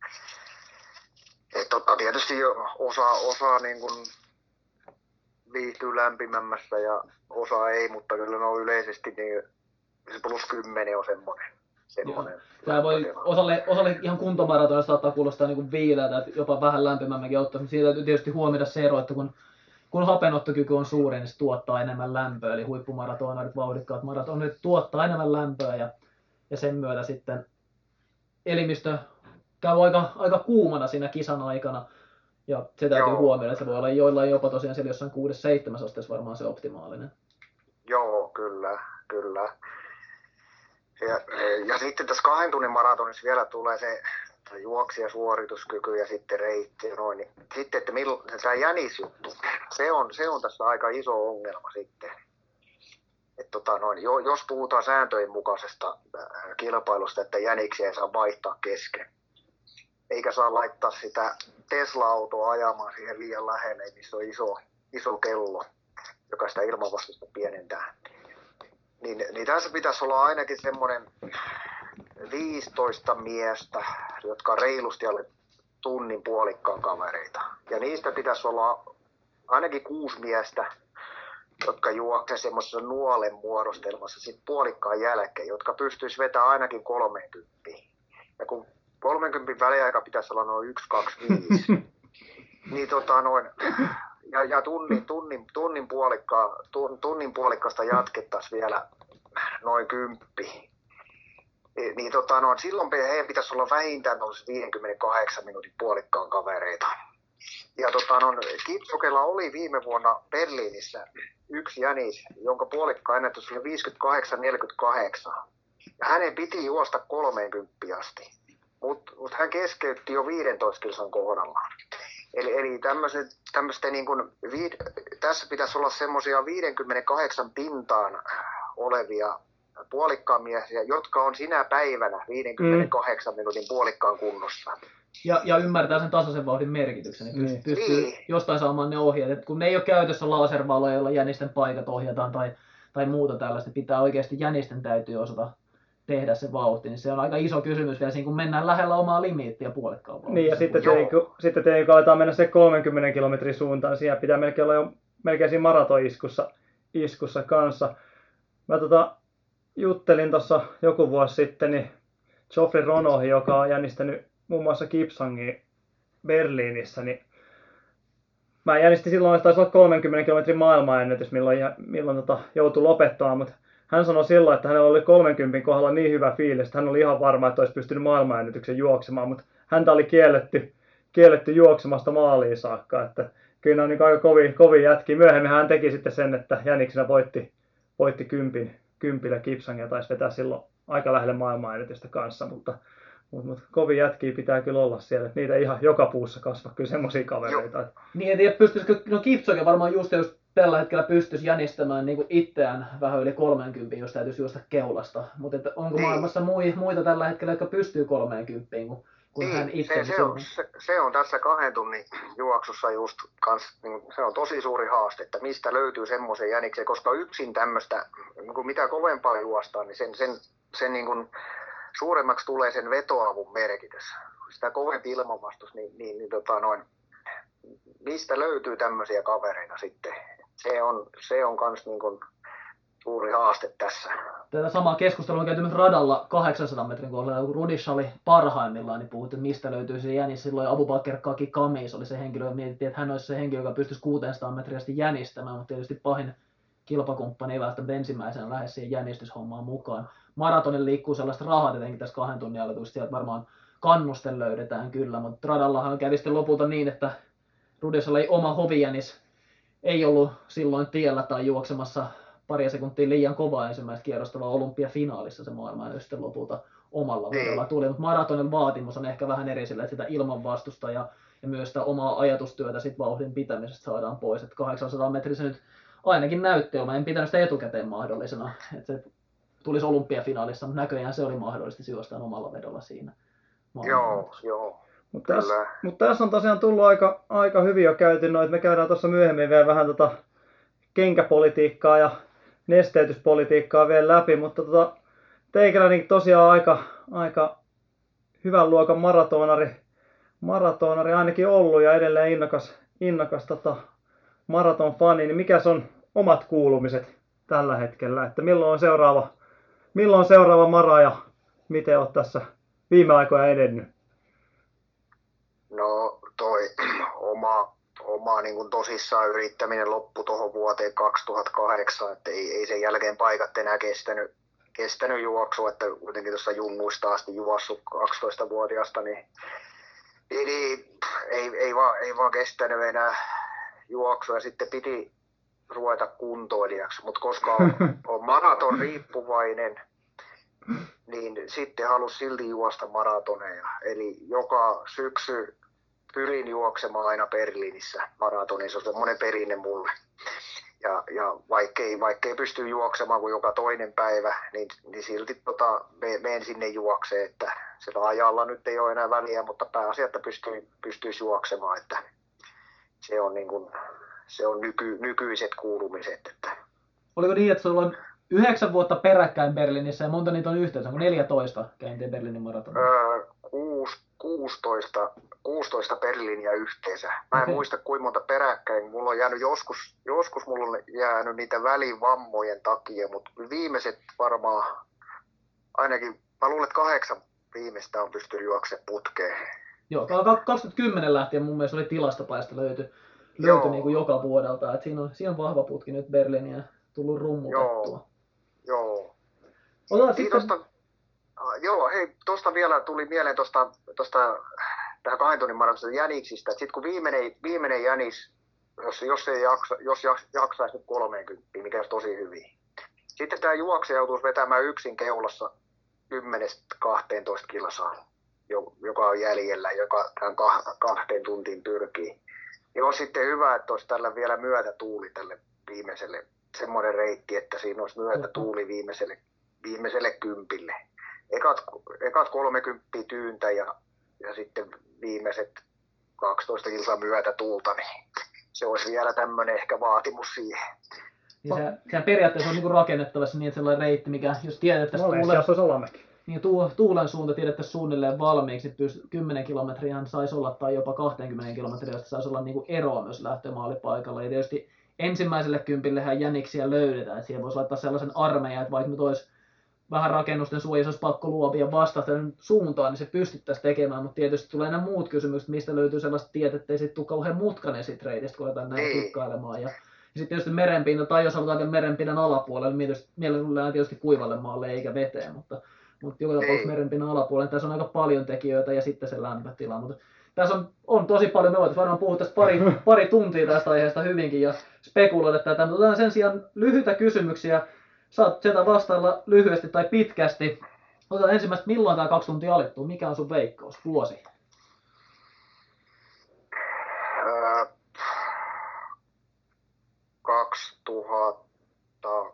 et tota, tietysti osa, osa niin kun viihtyy lämpimämmässä ja osa ei, mutta kyllä no yleisesti niin se plus kymmenen on semmoinen. semmoinen Tämä voi osalle, osalle ihan kuntomaratonista saattaa kuulostaa niin kuin viileältä, että jopa vähän lämpimämmäkin ottaa, mutta siitä täytyy tietysti huomioida se ero, että kun, kun hapenottokyky on suuri, niin se tuottaa enemmän lämpöä, eli huippumaratonarit, vauhdikkaat maratonit tuottaa enemmän lämpöä ja, ja sen myötä sitten elimistö käy aika, aika kuumana siinä kisan aikana. Ja se täytyy Joo. huomioida, että se voi olla joillain jopa tosiaan siellä jossain kuusi seitsemän asteessa varmaan se optimaalinen. Joo, kyllä, kyllä. Ja, ja sitten tässä kahden tunnin maratonissa vielä tulee se juoksija suorituskyky ja sitten reitti ja noin. Niin sitten, että milloin tämä jänisjuttu, se on, se on tässä aika iso ongelma sitten. Et tota noin, jos puhutaan sääntöjen mukaisesta kilpailusta, että jäniksiä ei saa vaihtaa kesken, eikä saa laittaa sitä Tesla-autoa ajamaan siihen liian lähelle, missä on iso, iso kello, joka sitä ilmanvastusta pienentää. Niin, niin tässä pitäisi olla ainakin semmoinen viisitoista miestä, jotka on reilusti alle tunnin puolikkaan kavereita. Ja niistä pitäisi olla ainakin kuusi miestä, jotka juoksevat semmoisessa nuolen muodostelmassa sit puolikkaan jälkeen, jotka pystyisivät vetämään ainakin kolmekymmentä. Ja kun kolmenkymmenen väliaika pitäisi olla noin yksi kaksikymmentäviisi, niin tota noin, ja, ja tunnin, tunnin, tunnin, puolikka, tunnin puolikkaasta jatkettaisiin vielä noin kymppi, Niin, niin tota, no, silloin heidän pitäisi olla vähintään viisikymmentäkahdeksan minuutin puolikkaan kavereita. Ja tota, no, Kipchogella oli viime vuonna Berliinissä yksi jänis, jonka puolikkaan ennätys oli viisikymmentäkahdeksan neljäkymmentäkahdeksan. Ja hänen piti juosta kolmekymmentä asti, mutta mut hän keskeytti jo viisitoista kilsan kohdalla. Eli, eli tämmöistä niin kuin, tässä pitäisi olla semmoisia viisikymmentäkahdeksan pintaan olevia puolikkaan miehiä, jotka on sinä päivänä viisikymmentäkahdeksan mm. minuutin puolikkaan kunnossa. Ja, ja ymmärtää sen tasaisen vauhdin merkityksen, että niin. pystyy niin. jostain saamaan ne ohjeet. Et kun ne ei ole käytössä laservaloja, joilla jänisten paikat ohjataan tai, tai muuta tällaista, pitää oikeasti jänisten täytyy osata tehdä se vauhti, niin se on aika iso kysymys vielä siinä, kun mennään lähellä omaa limiittiä puolikkaan vauhdissa. Niin, ja sitten tietenkin, sitten tietenkin kun aletaan mennä se kolmenkymmenen kilometrin suuntaan, niin siellä pitää melkein olla jo melkein siinä maratoniskussa iskussa kanssa. Mä tota, juttelin tuossa joku vuosi sitten, niin Geoffrey Ronohi, joka on jännistänyt muun muassa Kipsangin Berliinissä, niin mä jännistin silloin, että taisi olla kolmenkymmenen kilometrin maailmanennätys, milloin, milloin tota, joutui lopettamaan, mutta hän sanoi silloin, että hänellä oli kolmenkymmenen kohdalla niin hyvä fiilis, että hän oli ihan varma, että olisi pystynyt maailmanennätyksen juoksemaan, mutta häntä oli kielletty, kielletty juoksemasta maaliin saakka, että kyllä on niin aika kovin, kovin jätkiä. Myöhemmin hän teki sitten sen, että jäniksenä voitti, voitti kympin, kympillä Kipsangia, taisi vetää silloin aika lähelle maailmanennätystä kanssa, mutta Mutta mut, kovin jätkiä pitää kyllä olla siellä, että niitä ei ihan joka puussa kasva kyllä semmoisia kavereita. Että... Niin, en tiedä pystyisikö, no Kipchoge varmaan just, just tällä hetkellä pystyisi jänistämään niin kuin itseään vähän yli kolmekymmentä, jos täytyisi juosta keulasta. Mutta onko niin. maailmassa muita tällä hetkellä, jotka pystyy kolmekymmentä, kun, kun niin, hän itse... Se, se, on, se, se on tässä kahden tunnin juoksussa just kans, niin se on tosi suuri haaste, että mistä löytyy semmoisen jäniksen, koska yksin tämmöistä, niin mitä kovempaa juostaan, niin sen, sen, sen niin kuin suuremmaksi tulee sen vetoavun merkitys. Sitä kovempi ilmanvastus, niin, niin, niin tota noin, mistä löytyy tämmöisiä kavereita sitten? Se on, se on kans niin kuin suuri haaste tässä. Tätä samaa keskustelua on käyty myös radalla kahdeksansadan metrin kohdalla. Kun Rudisha oli parhaimmillaan, niin puhuttiin, että mistä löytyy se jänis. Silloin Abubakar Kaki Kamis oli se henkilö, joka mietittiin, että hän olisi se henkilö, joka pystyisi kuusisataa metriä jänistämään, mutta tietysti pahin kilpakumppani ei välttämättä ensimmäisenä lähde siihen jänistyshommaan mukaan. Maratonin liikkuu sellaista rahaa tietenkin tässä kahden tunnin aloituksessa, sieltä varmaan kannuste löydetään kyllä, mutta radallahan kävi sitten lopulta niin, että Rudishalla ei oma hovijänis ei ollut silloin tiellä tai juoksemassa paria sekuntia liian kovaa ensimmäistä kierrosta, vaan olympiafinaalissa se maailman sitten lopulta omalla vedolla tuli. Mutta maratonin vaatimus on ehkä vähän eri sillä, että sitä ilmanvastusta ja, ja myös sitä omaa ajatustyötä sit vauhdin pitämisestä saadaan pois. Että kahdeksansadan metriä se nyt ainakin näytti olevan. En pitänyt sitä etukäteen mahdollisena, että se tulisi olympiafinaalissa, mutta näköjään se oli mahdollisesti juostaan omalla vedolla siinä. Joo, joo. Mutta tässä, mut tässä on tosiaan tullut aika, aika hyvin jo käyty noita. Me käydään tuossa myöhemmin vielä vähän tota kenkäpolitiikkaa ja nesteytyspolitiikkaa vielä läpi, mutta tota, teikäläinen tosiaan aika, aika hyvän luokan maratonari, maratonari ainakin ollut ja edelleen innokas, innokas tota, maratonfani, niin mikäs on omat kuulumiset tällä hetkellä, että milloin on seuraava, milloin on seuraava mara ja miten olet tässä viime aikoina edennyt? No toi oma, oma niin kuin tosissaan yrittäminen loppui tuohon vuoteen kaksituhattakahdeksan, että ei, ei sen jälkeen paikat enää kestänyt, kestänyt juoksua, että kuitenkin tuossa junnuista asti juossut kaksitoistavuotiaasta, niin, niin, niin ei, ei, vaan, ei vaan kestänyt enää juoksua ja sitten piti ruveta kuntoilijaksi, mutta koska on, on maraton riippuvainen, niin sitten halusi silti juosta maratoneja. Eli joka syksy pyrin juoksemaan aina Berliinissä maratonin, se on semmoinen perinne mulle. Ja, ja vaikkei, vaikkei pysty juoksemaan kuin joka toinen päivä, niin, niin silti tota, menen sinne juokseen, että sillä ajalla nyt ei ole enää väliä, mutta pääasia, että pystyy, pystyisi juoksemaan, että se on, niin kuin, se on nyky, nykyiset kuulumiset. Että... Oliko niin, että sulla on yhdeksän vuotta peräkkäin Berliinissä ja monta niitä on yhteensä, onko neljätoista käyntiä Berliinin maratonissa? Öö, kuusitoista, kuusitoista Berliiniä yhteensä. Mä en okay. muista kuinka monta peräkkäin. Mulla on jäänyt joskus, joskus mulla on jäänyt niitä välivammojen takia, mutta viimeiset varmaan, ainakin mä luulen, että kahdeksan viimeistä on pystynyt juoksemaan putkeen. Joo, kaksituhattakymmenen lähtien mun mielestä oli tilastopaista löyty, löyty niin kuin joka vuodelta. Et siinä, on, siinä on vahva putki nyt Berliiniä tullut rummutettua. Joo. Joo. Otetaan sitten, Ah, joo, hei, tuosta vielä tuli mieleen tuosta, tuosta tähän kahden tunnin maratonin jäniksistä, että sitten kun viimeinen, viimeinen jänis, jos, jos ei jaksa, jos jak, jaksaisi nyt kolmekymmentä, mikä olisi tosi hyvin. Sitten tämä juoksija joutuisi vetämään yksin keulassa kymmenestä kahteentoista kilsaa, joka on jäljellä, joka tämän kahteen tuntiin pyrkii. Niin on sitten hyvä, että olisi tällä vielä myötätuuli tälle viimeiselle, semmoinen reitti, että siinä olisi myötätuuli viimeiselle, viimeiselle kympille. Ekat, ekat kolmekymmentä tyyntä ja, ja sitten viimeiset kaksitoista kilsaa myötätuulta, niin se olisi vielä tämmöinen ehkä vaatimus siihen. Niin se, sehän periaatteessa on niin rakennettavassa niin, että sellainen reitti, mikä jos tiedettäisiin tuulen, niin tu, tuulen suunta tiedettäisiin suunnilleen valmiiksi, niin pyst, kymmenen kilometriä saisi olla tai jopa kaksikymmentä kilometriä, josta saisi olla niin kuin eroa myös lähtömaalipaikalla. Ja tietysti ensimmäiselle kympillehän jäniksiä löydetään, että siihen voisi laittaa sellaisen armeijan, että vaikka nyt olisi vähän rakennusten suojassa, olisi pakko luopia vastaisten suuntaan, niin se pystyttäisiin tekemään, mutta tietysti tulee nämä muut kysymykset, mistä löytyy sellaista tietä, ettei sitten tule kauhean mutkainen siitä reitistä, kun aletaan näin kikkailemaan. Ja Ja sitten tietysti merenpinta, tai jos halutaan merenpinnan alapuolelle, niin mielellään tietysti kuivalle maalle eikä veteen, mutta, mutta joka tapauksessa merenpinnan alapuolelle, tässä on aika paljon tekijöitä ja sitten se lämpötila. Mutta tässä on, on tosi paljon, me voitaisiin varmaan puhua tästä pari, pari tuntia tästä aiheesta hyvinkin ja spekuloida tätä, mutta otetaan sen sijaan lyhyitä kysymyksiä. Saat sieltä vastailla lyhyesti tai pitkästi. Otetaan ensimmäistä, milloin tämä kaksi tuntia alittuu? Mikä on sun veikkaus? Vuosi? Ää, kaksituhatta,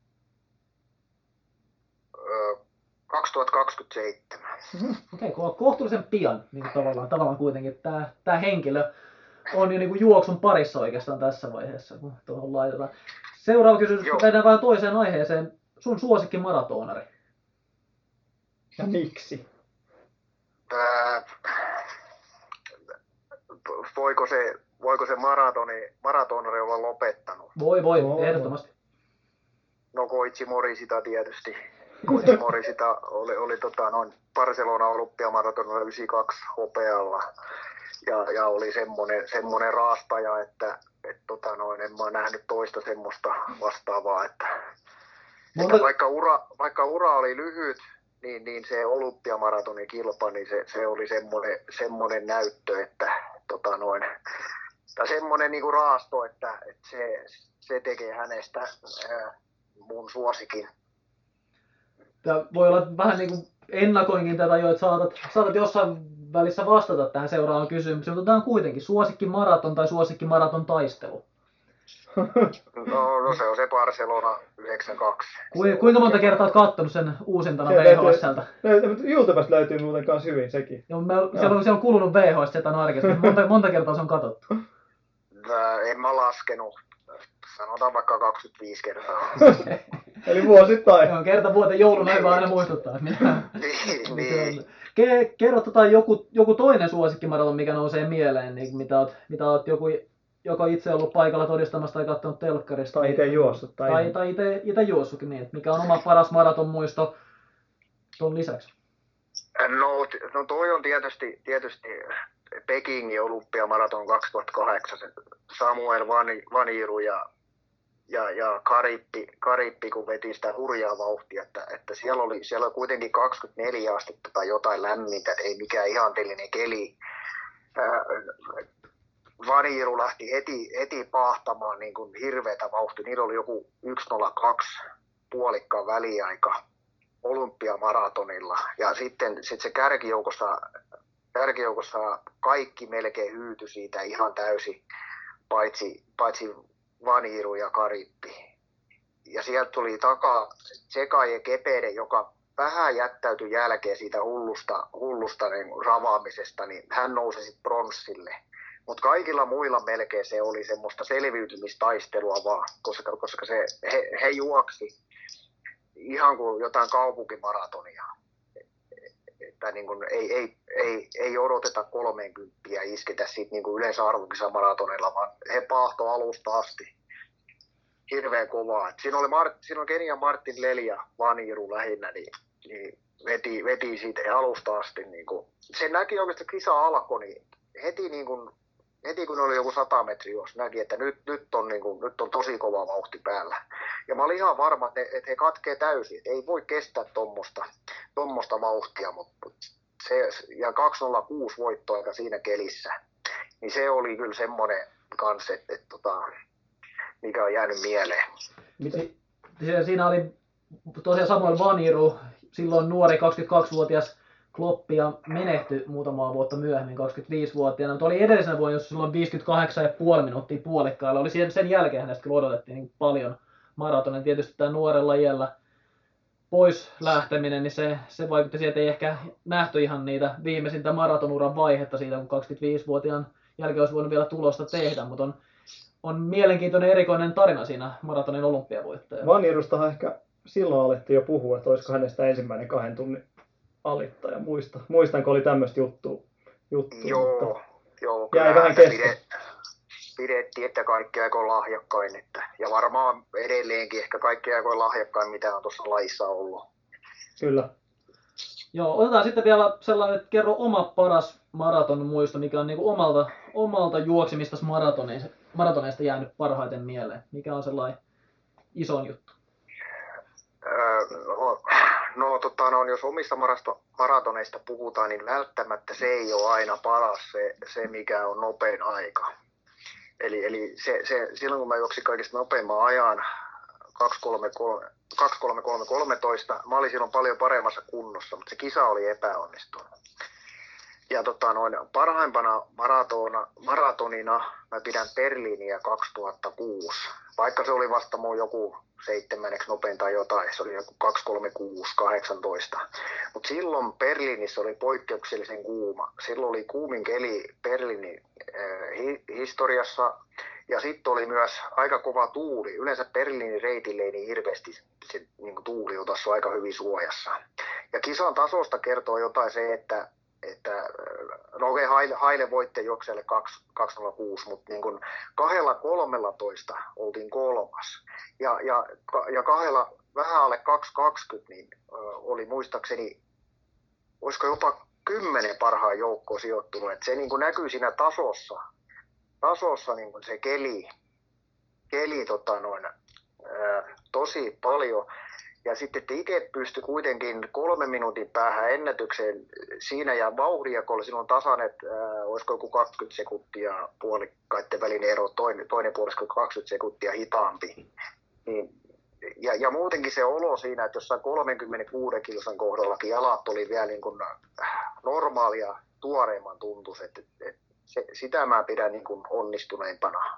kaksituhattakaksikymmentäseitsemän. Mm-hmm. Okei, okay, kohtuullisen pian niin kuin tavallaan, tavallaan kuitenkin. Tämä, tämä henkilö on jo niin kuin juoksun parissa oikeastaan tässä vaiheessa, kun tuohon laitetaan. Seuraava kysymys, kun mennään vähän toiseen aiheeseen. Sun suosikki maratonari? Ja miksi? Tää, voiko se, voiko se maratoni, maratonari olla lopettanut? Voi, voi, oh, ehdottomasti. No Koitsi Morisita tietysti. Koitsi Morisita oli, oli tota, noin Barcelona olympiamaratonilla yhdeksänkymmentäkaksi hopealla. Ja, ja oli semmoinen, semmoinen raastaja, että et, tota, noin, en mä ole nähnyt toista semmoista vastaavaa. Että, Monta... että vaikka, ura, vaikka ura oli lyhyt, niin, niin se olympiamaratonin kilpa, niin se, se oli semmoinen, semmoinen näyttö, että tota, noin, tai semmoinen niin kuin raasto, että, että se, se tekee hänestä ää, mun suosikin. Tämä voi olla vähän niin kuin ennakoinkin tätä jo, että saatat, saatat jossain välissä vastata tähän seuraavaan kysymykseen, mutta tämä on kuitenkin suosikki maraton tai suosikki maraton taistelu. No, no se on se Barcelona yhdeksänkymmentäkaksi. Ku, kuinka monta kertaa olet katsonut sen uusintana V H S:ltä? YouTubesta löytyy muuten kanssa hyvin sekin. Joo, me, siellä, on, siellä on kulunut V H S Z arkesta, monta, monta kertaa se on katsottu? En mä laskenut. Sanotaan vaikka kaksikymmentäviisi kertaa. Eli vuosittain. Joo, kerta vuoteen jouluna hyvä aina muistuttaa. niin, niin. Kerro tota joku, joku toinen suosikkimaraton, mikä nousee mieleen, niin mitä oot, mitä oot joku, joko itse ollut paikalla todistamassa tai katsonut telkkarista. Tai itse juossut. Tai, tai, tai itse, itse juossutkin niin, mikä on oma paras maraton muisto tuon lisäksi. No, no toi on tietysti, tietysti Pekingin olympiamaraton kaksituhattakahdeksan, Samuel Vaniru ja, ja, ja Karippi, Karippi, kun veti sitä hurjaa vauhtia, että, että siellä, oli, siellä oli kuitenkin kaksikymmentäneljä astetta tai jotain lämmintä, ei mikään ihanteellinen keli. Ää, Vaniru lähti heti, heti pahtamaan niin kuin hirveätä vauhtia, niillä oli joku yksi nolla kaksi puolikkaan väliaika olympiamaratonilla ja sitten sit se kärkijoukossa Kärkijoukossa kaikki melkein hyytyi siitä ihan täysin, paitsi, paitsi Vaniru ja Karippi. Ja sieltä tuli takaa Tsekaje Kepede, joka vähän jättäytyi jälkeen siitä hullusta, hullusta niin ravaamisesta, niin hän nousi sitten pronssille. Mutta kaikilla muilla melkein se oli semmoista selviytymistaistelua vaan, koska, koska se, he, he juoksi ihan kuin jotain kaupunkimaratonia. Että niin kuin ei, ei, ei, ei odoteta kolmekymmentä isketä siitä niin kuin yleensä arvokisamaratonilla, vaan he pahto alusta asti hirveän kovaa. Et siinä oli, Mart, siinä oli Kenian Martin Lelia Vaniru lähinnä, niin, niin veti, veti siitä alusta asti. Niin kuin, sen näki oikeastaan, kun kisa alkoi, niin heti, niin kuin, heti kun oli joku sata metriä juossa, näki, että nyt, nyt, on, niin kuin, nyt on tosi kova vauhti päällä. Ja mä olin ihan varma, että, ne, että he katkee täysin, että ei voi kestää tuommoista tommosta vauhtia, mutta se, ja kaksi nolla kuusi voittoaika siinä kelissä, niin se oli kyllä semmoinen kanssa, että, että, että, mikä on jäänyt mieleen. Si- siinä oli tosiaan Samuel Vaniru, silloin nuori kaksikymmentäkaksivuotias kloppi ja menehtyi muutamaa vuotta myöhemmin kaksikymmentäviisivuotiaana, mutta oli edellisenä vuonna, jos silloin viisikymmentäkahdeksan pilkku viisi minuuttia puolikkailla. Oli sen, sen jälkeen hänestä kyllä odotettiin niin paljon maratonin. Tietysti tämä nuorella iällä pois lähteminen, niin se, se vaikutti siihen, että ei ehkä nähty ihan niitä viimeisintä maratonuran vaihetta siitä, kun kaksikymmentäviisivuotiaan jälkeen olisi voinut vielä tulosta tehdä, mutta on, on mielenkiintoinen erikoinen tarina siinä maratonin olympiavoittaja. Vanirustahan ehkä silloin alettiin jo puhua, että olisiko hänestä ensimmäinen kahden tunnin alittaja. Muista, muistanko oli tämmöistä juttua? juttua joo, mutta joo, jäi vähän kesken. Pidet, pidettiin, että kaikki aikoin lahjakkain. Että, ja varmaan edelleenkin ehkä kaikki aikoin lahjakkain, mitä on tuossa lajissa ollut. Kyllä. Joo, otetaan sitten vielä sellainen, että kerro oma paras maraton muisto, mikä on niinku omalta, omalta juoksemista maratoneista jäänyt parhaiten mieleen. Mikä on sellainen isoin juttu? Öö, no, no, tota, no, jos omista maratoneista puhutaan, niin välttämättä se ei ole aina paras se, se mikä on nopein aika. Eli, eli se, se, silloin kun mä juoksin kaikista nopeimman ajan, kaksi kolme kolme kolmetoista, mä olin silloin paljon paremmassa kunnossa, mutta se kisa oli epäonnistunut. Ja tota, noin, parhaimpana maratona, maratonina mä pidän Berliiniä kaksituhattakuusi, vaikka se oli vasta mun joku seitsemänneksi nopein tai jotain, se oli joku kaksi kolme kuusi kahdeksantoista. Mutta silloin Berliinissä oli poikkeuksellisen kuuma. Silloin oli kuumin keli Berliinin äh, hi- historiassa ja sitten oli myös aika kova tuuli. Yleensä Berliinin reitille ei niin hirveästi se niin tuuli on tässä aika hyvin suojassa. Ja kisan tasosta kertoo jotain se, että että no okei, Haile, Haile voitti juokselle kaksi nolla kuusi, mutta niin kuin kahdella kolmellatoista oltiin kolmas. Ja, ja, ja kahdella vähän alle kaksi kaksikymmentä niin ö, oli muistaakseni, olisiko jopa kymmenen parhaan joukkoon sijoittunut. Et se niin kuin näkyy siinä tasossa, tasossa niin kuin se keli, keli tota noin, ö, tosi paljon. Ja sitten itse pystyi kuitenkin kolmen minuutin päähän ennätykseen siinä ja vauhdinjakolla silloin tasan, että äh, olisiko joku kaksikymmentä sekuntia puolikkaiden välinen ero, toinen, toinen puolisko kaksikymmentä sekuntia hitaampi. Niin, ja, ja muutenkin se olo siinä, että jossain kolmekymmentäkuusi kilsan kohdallakin jalat oli vielä niin kuin normaalia tuoreemman tuntus, että, että se, sitä mä pidän niin kuin onnistuneimpana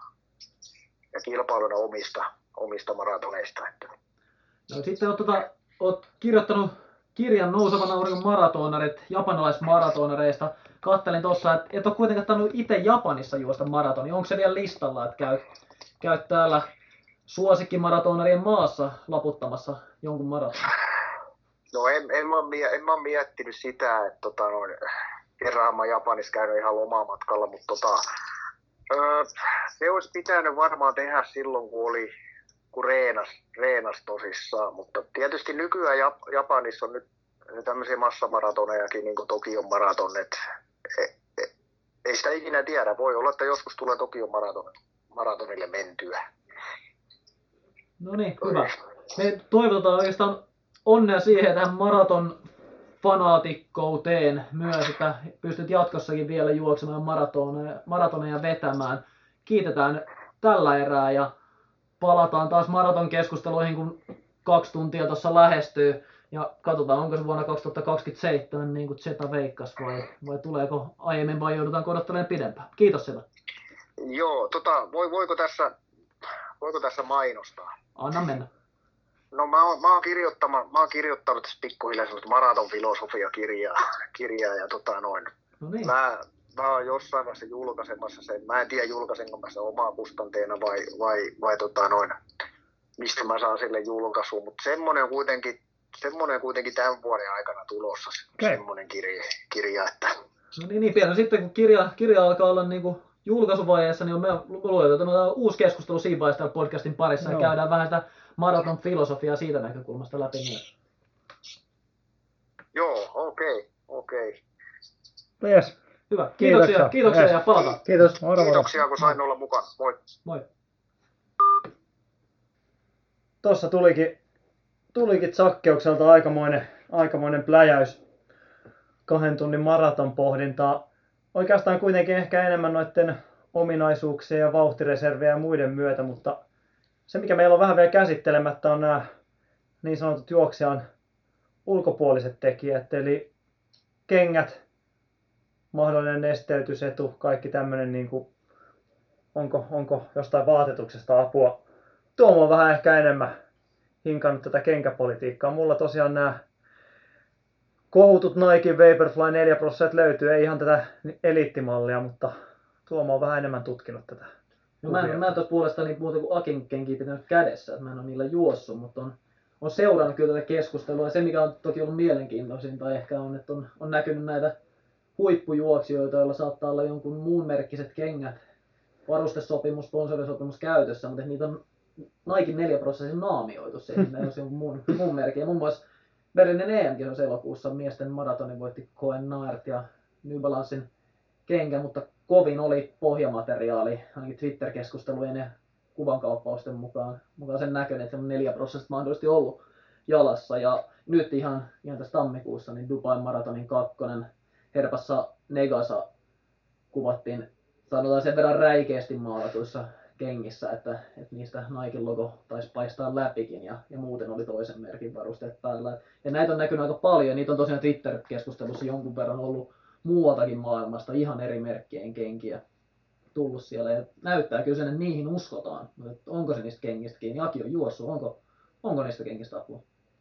ja kilpailuna omista, omista maratoneista. Että. No, sitten olet, tota, olet kirjoittanut kirjan Nousevan auringon maratonarit japanilaismaratonareista. Kattelin tuossa, että et ole kuitenkaan tainnut itse Japanissa juosta maratoni. Onko se vielä listalla, että käyt, käyt täällä suosikkimaratonarien maassa laputtamassa jonkun maratonin? No en, en, mä, en mä miettinyt sitä, että tota, noin, kerran mä Japanissa käynyt ihan lomamatkalla, mutta tota, öö, se olisi pitänyt varmaan tehdä silloin, kun oli kun reenas, reenas tosissaan, mutta tietysti nykyään Jap- Japanissa on nyt tämmöisiä massamaratonejakin, niin kuin Tokion maraton, että e- e- ei sitä ikinä tiedä. Voi olla, että joskus tulee Tokion maraton, maratonille mentyä. No niin, hyvä. Me toivotetaan oikeastaan onnea siihen tähän maraton fanaatikouteen myös, että pystyt jatkossakin vielä juoksemaan maratoneja, maratoneja vetämään. Kiitetään tällä erää ja palataan taas maratonkeskusteluihin, kun kaksi tuntia tuossa lähestyy. Ja katsotaan, onko se vuonna kaksituhattakaksikymmentäseitsemän niin kuin Zeta veikkasi vai, vai tuleeko aiemmin vai joudutaan odottelemaan pidempään. Kiitos Zeta. Joo, tota, voi, voiko, tässä, voiko tässä mainostaa? Anna mennä. No mä oon, mä oon, kirjoittama, mä oon kirjoittanut tässä pikkuhiljaa semmoista maratonfilosofiakirjaa kirjaa, ja tota noin. No niin. Mä, mä oon jossain vaiheessa julkaisemassa sen. Mä en tiedä julkaisenko mä sen omaa kustanteena vai, vai, vai tota noin, mistä mä saan sille julkaisuun, mutta semmoinen on kuitenkin, semmoinen on kuitenkin tämän vuoden aikana tulossa Okay. semmoinen kirja, kirja, että No niin, niin pieni. Sitten kun kirja, kirja alkaa olla niin kuin julkaisuvaiheessa, niin on me luulen, että on uusi keskustelu siinä vaiheessa täällä podcastin parissa no. Ja käydään vähän sitä maraton filosofiaa siitä näkökulmasta läpi myös. joo, okei, okay, okei. Okay. Yes. Hyvä, kiitoksia, Kiitoksia, kiitoksia yes. ja palataan. Kiitos. Moro, moro. Kiitoksia kun sain olla mukana. Moi. Moi. Tuossa tulikin, tulikin Zakkeukselta aikamoinen, aikamoinen pläjäys kahden tunnin maraton pohdintaa. Oikeastaan kuitenkin ehkä enemmän noiden ominaisuuksien ja vauhtireservien ja muiden myötä, mutta se mikä meillä on vähän vielä käsittelemättä on nämä niin sanotut juoksijan ulkopuoliset tekijät, eli kengät, mahdollinen nesteytysetu, kaikki tämmöinen, niin kuin, onko, onko jostain vaatetuksesta apua. Tuomo on vähän ehkä enemmän hinkannut tätä kenkäpolitiikkaa. Mulla tosiaan nämä kohutut Nike Vaporfly neljä prosenttia löytyy, ei ihan tätä eliittimallia, mutta Tuomo on vähän enemmän tutkinut tätä. No mä en, mä en tuossa puolestani muuta kuin Akin kenkiä pitänyt kädessä, että mä en ole niillä juossut, mutta on, on seurannut kyllä tätä keskustelua. Ja se mikä on toki ollut mielenkiintoisinta ehkä on, että on, on näkynyt näitä huippujuoksijoita, joilla saattaa olla jonkun muun merkkiset kengät, varustesopimus, sponsorisopimus käytössä, mutta niitä on Nike neljä prosenttia naamioitu siihen, että ne olisi jonkun muun, muun merkin. Ja muun muassa Berliinin E M-kisoissa elokuussa miesten maratonin voitti Cohen Naert ja New Balancein kenkä, mutta kovin oli pohjamateriaali, ainakin Twitter-keskustelujen ja kuvankauppausten mukaan, mukaan sen näköinen, että neljä prosenttia mahdollisesti ollut jalassa. Ja nyt ihan, ihan tässä tammikuussa niin Dubain maratonin kakkonen Herpassa Negasa kuvattiin, sanotaan sen verran räikeästi maalatuissa kengissä, että, että niistä Niken logo taisi paistaa läpikin ja, ja muuten oli toisen merkin varusteet päällä. Ja näitä on näkynyt aika paljon, niitä on tosiaan Twitter-keskustelussa jonkun verran ollut muualtakin maailmasta ihan eri merkkien kenkiä tullut siellä. Ja näyttää kyllä sen, että niihin uskotaan, että onko se niistä kengistä kiinni. Aki on juossut, onko, onko niistä kengistä apua?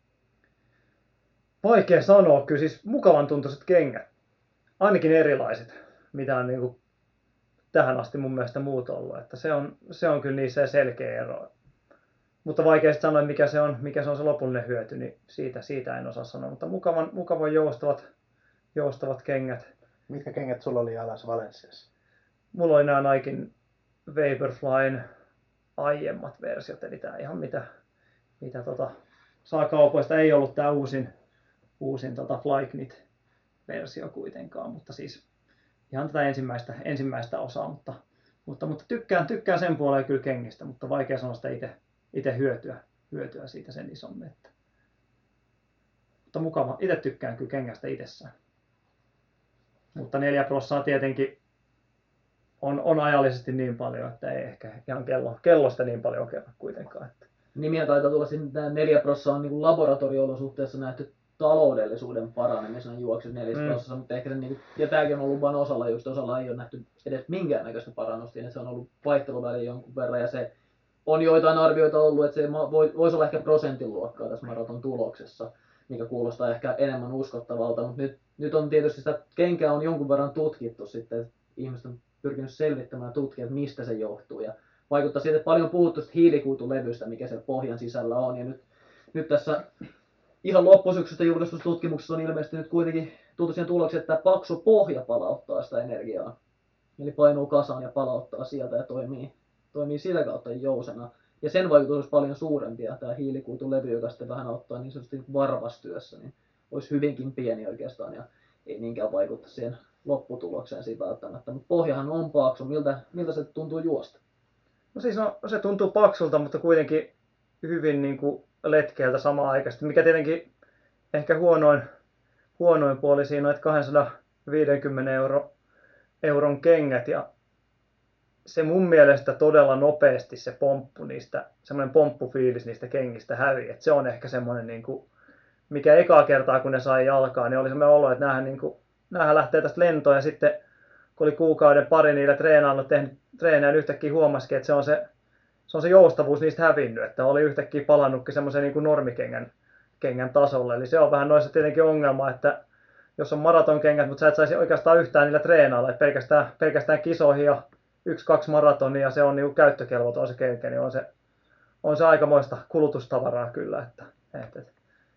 Vaikea sanoa, kyllä siis mukavan tuntuiset kengät, ainakin erilaiset, mitä on niin kuin tähän asti mun mielestä muut ollut, että se on, se on kyllä niissä selkeä ero. Mutta vaikea sanoa, mikä se on, mikä se on se lopullinen hyöty, niin siitä, siitä en osaa sanoa, mutta mukavan, mukavan joustavat, joustavat kengät. Mitkä kengät sulla oli jalassa Valensiassa? Mulla oli nämä Niken Vaporflyn aiemmat versiot, eli tämä ihan mitä, mitä tota, saa kaupoista. Ei ollut tämä uusin, uusin tota Flyknit-versio kuitenkaan, mutta siis ihan tätä ensimmäistä, ensimmäistä osaa, mutta, mutta, mutta tykkään, tykkään sen puoleen kyllä kengistä, mutta vaikea sanoa sitä itse, itse hyötyä, hyötyä siitä sen isommin. Että. Mutta mukava, itse tykkään kyllä kengästä itsessään. Mutta neljä prosenttia tietenkin on, on ajallisesti niin paljon, että ei ehkä ihan kello, kellosta niin paljon kerro kuitenkaan. Että. Nimiä taitaa tulla sinne, tämä neljä prosenttia on niin laboratorio-olosuhteessa nähty taloudellisuuden paranemisena juoksussa neljä prosenttia, mm. mutta ehkä se, niin kuin, ja tämäkin on ollut vain osalla, just osalla ei ole nähty edes minkäännäköistä parannusta, niin se on ollut vaihteluväliä jonkun verran, ja se on joitain arvioita ollut, että se voi, voisi olla ehkä prosentin-luokkaa tässä maraton tuloksessa, mikä kuulostaa ehkä enemmän uskottavalta, mutta nyt, nyt on tietysti sitä kenkää on jonkun verran tutkittu sitten, että ihmiset on pyrkinyt selvittämään ja tutkimaan, että mistä se johtuu, ja vaikuttaa siitä, että paljon puhuttu hiilikuitulevystä, mikä siellä pohjan sisällä on, ja nyt, nyt tässä ihan loppusyksystä julkaistututkimuksessa on ilmeisesti nyt kuitenkin tultu siihen tulokseen, että tämä paksu pohja palauttaa sitä energiaa. Eli painuu kasaan ja palauttaa sieltä ja toimii, toimii sitä kautta jousena. Ja sen vaikutus olisi paljon suurempi, ja tämä hiilikuitulevy, joka sitten vähän auttaa niin sanotusti varvastyössä, niin olisi hyvinkin pieni oikeastaan ja ei niinkään vaikuttaa siihen lopputulokseen siitä välttämättä. Mutta pohjahan on paksu. Miltä, miltä se tuntuu juosta? No siis no, se tuntuu paksulta, mutta kuitenkin hyvin niin kuin letkeältä samaan aikaan, mikä tietenkin ehkä huonoin, huonoin puoli siinä on, että kaksisataaviisikymmentä euro, euron kengät ja se mun mielestä todella nopeasti se pomppu niistä, semmoinen pomppufiilis niistä kengistä hävii, että se on ehkä semmoinen niin kuin, mikä ekaa kertaa kun ne sai jalkaa, niin oli semmoinen olo, että näähän, niin kuin, näähän lähtee tästä lentoon ja sitten kun oli kuukauden pari niillä treenannut, tehnyt treenejä, niin yhtäkkiä huomasikin, että se on se Se on se joustavuus niistä hävinnyt, että oli yhtäkkiä palannutkin semmoisen niin kuin normikengän kengän tasolle. Eli se on vähän noissa tietenkin ongelma, että jos on maratonkengät, mutta sä et saisi oikeastaan yhtään niillä treenailla, että pelkästään, pelkästään kisoihin ja yksi, kaksi maratonia se on niin kuin käyttökelvoton se kenkä, niin on se, on se aikamoista kulutustavaraa kyllä. Että, et, et.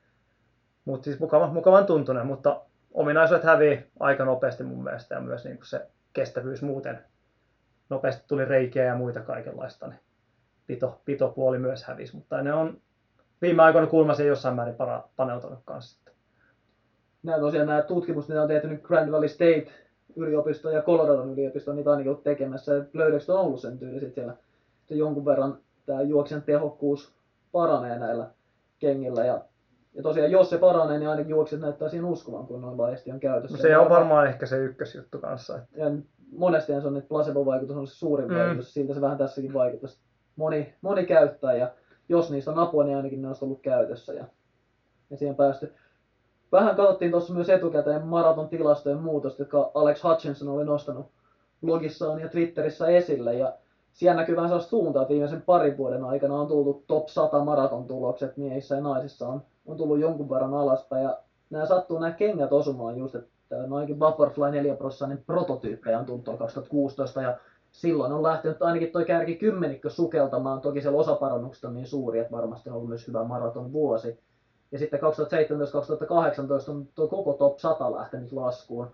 Mutta siis mukava, mukavan tuntunen, mutta ominaisuudet hävii aika nopeasti mun mielestä ja myös niin kuin se kestävyys muuten. Nopeasti tuli reikiä ja muita kaikenlaista. Niin Pito, pitopuoli myös hävisi, mutta ne on viime aikoina kulmaisia jossain määrin para, paneutunut kanssa. Nämä tosiaan nämä tutkimukset, mitä on tehty nyt Grand Valley State yliopisto ja Coloradon yliopisto on niitä ainakin ollut tekemässä. Löydökset on ollut sen tyyliset siellä. Se jonkun verran tämä juoksijan tehokkuus paranee näillä kengillä. Ja, ja tosiaan jos se paranee, niin ainakin juokset näyttää siihen uskovan, kun noin laajasti on käytössä. No se on varmaan ehkä se ykkösjuttu kanssa. Että... Ja monesti se on, että placebo-vaikutus on se suurin mm. vaikutus, siltä se vähän tässäkin vaikuttaa. Moni, moni käyttää ja jos niistä on apua, niin ainakin ne on ollut käytössä ja, ja siihen päästy. Vähän katsottiin tuossa myös etukäteen maraton tilastojen muutosta, jotka Alex Hutchinson oli nostanut blogissaan ja Twitterissä esille. Ja siellä näkyy vähän sellaista suuntaa, että viimeisen parin vuoden aikana on tullut top sata maraton tulokset miehissä ja naisissa on, on tullut jonkun verran alaspäin. Ja nämä sattuu nämä kengät osumaan just, että ainakin Vaporfly neljä prosenttia prototyyppejä on tullut kaksituhattakuusitoista ja silloin on lähtenyt ainakin toi kärki kymmenikkö sukeltamaan. Toki siellä osaparannukset on niin suuri, että varmasti on ollut myös hyvä maraton vuosi. Ja sitten kaksituhattaseitsemäntoista kaksituhattakahdeksantoista on tuo koko top sata lähtenyt laskuun.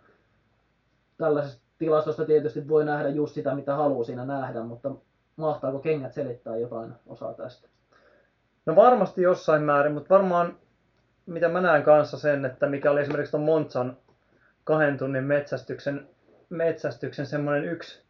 Tällaisesta tilastosta tietysti voi nähdä just sitä, mitä haluaa siinä nähdä, mutta mahtaako kengät selittää jotain osaa tästä? No varmasti jossain määrin, mutta varmaan mitä mä näen kanssa sen, että mikä oli esimerkiksi tuon Monzan kahden tunnin metsästyksen, metsästyksen semmoinen yksi,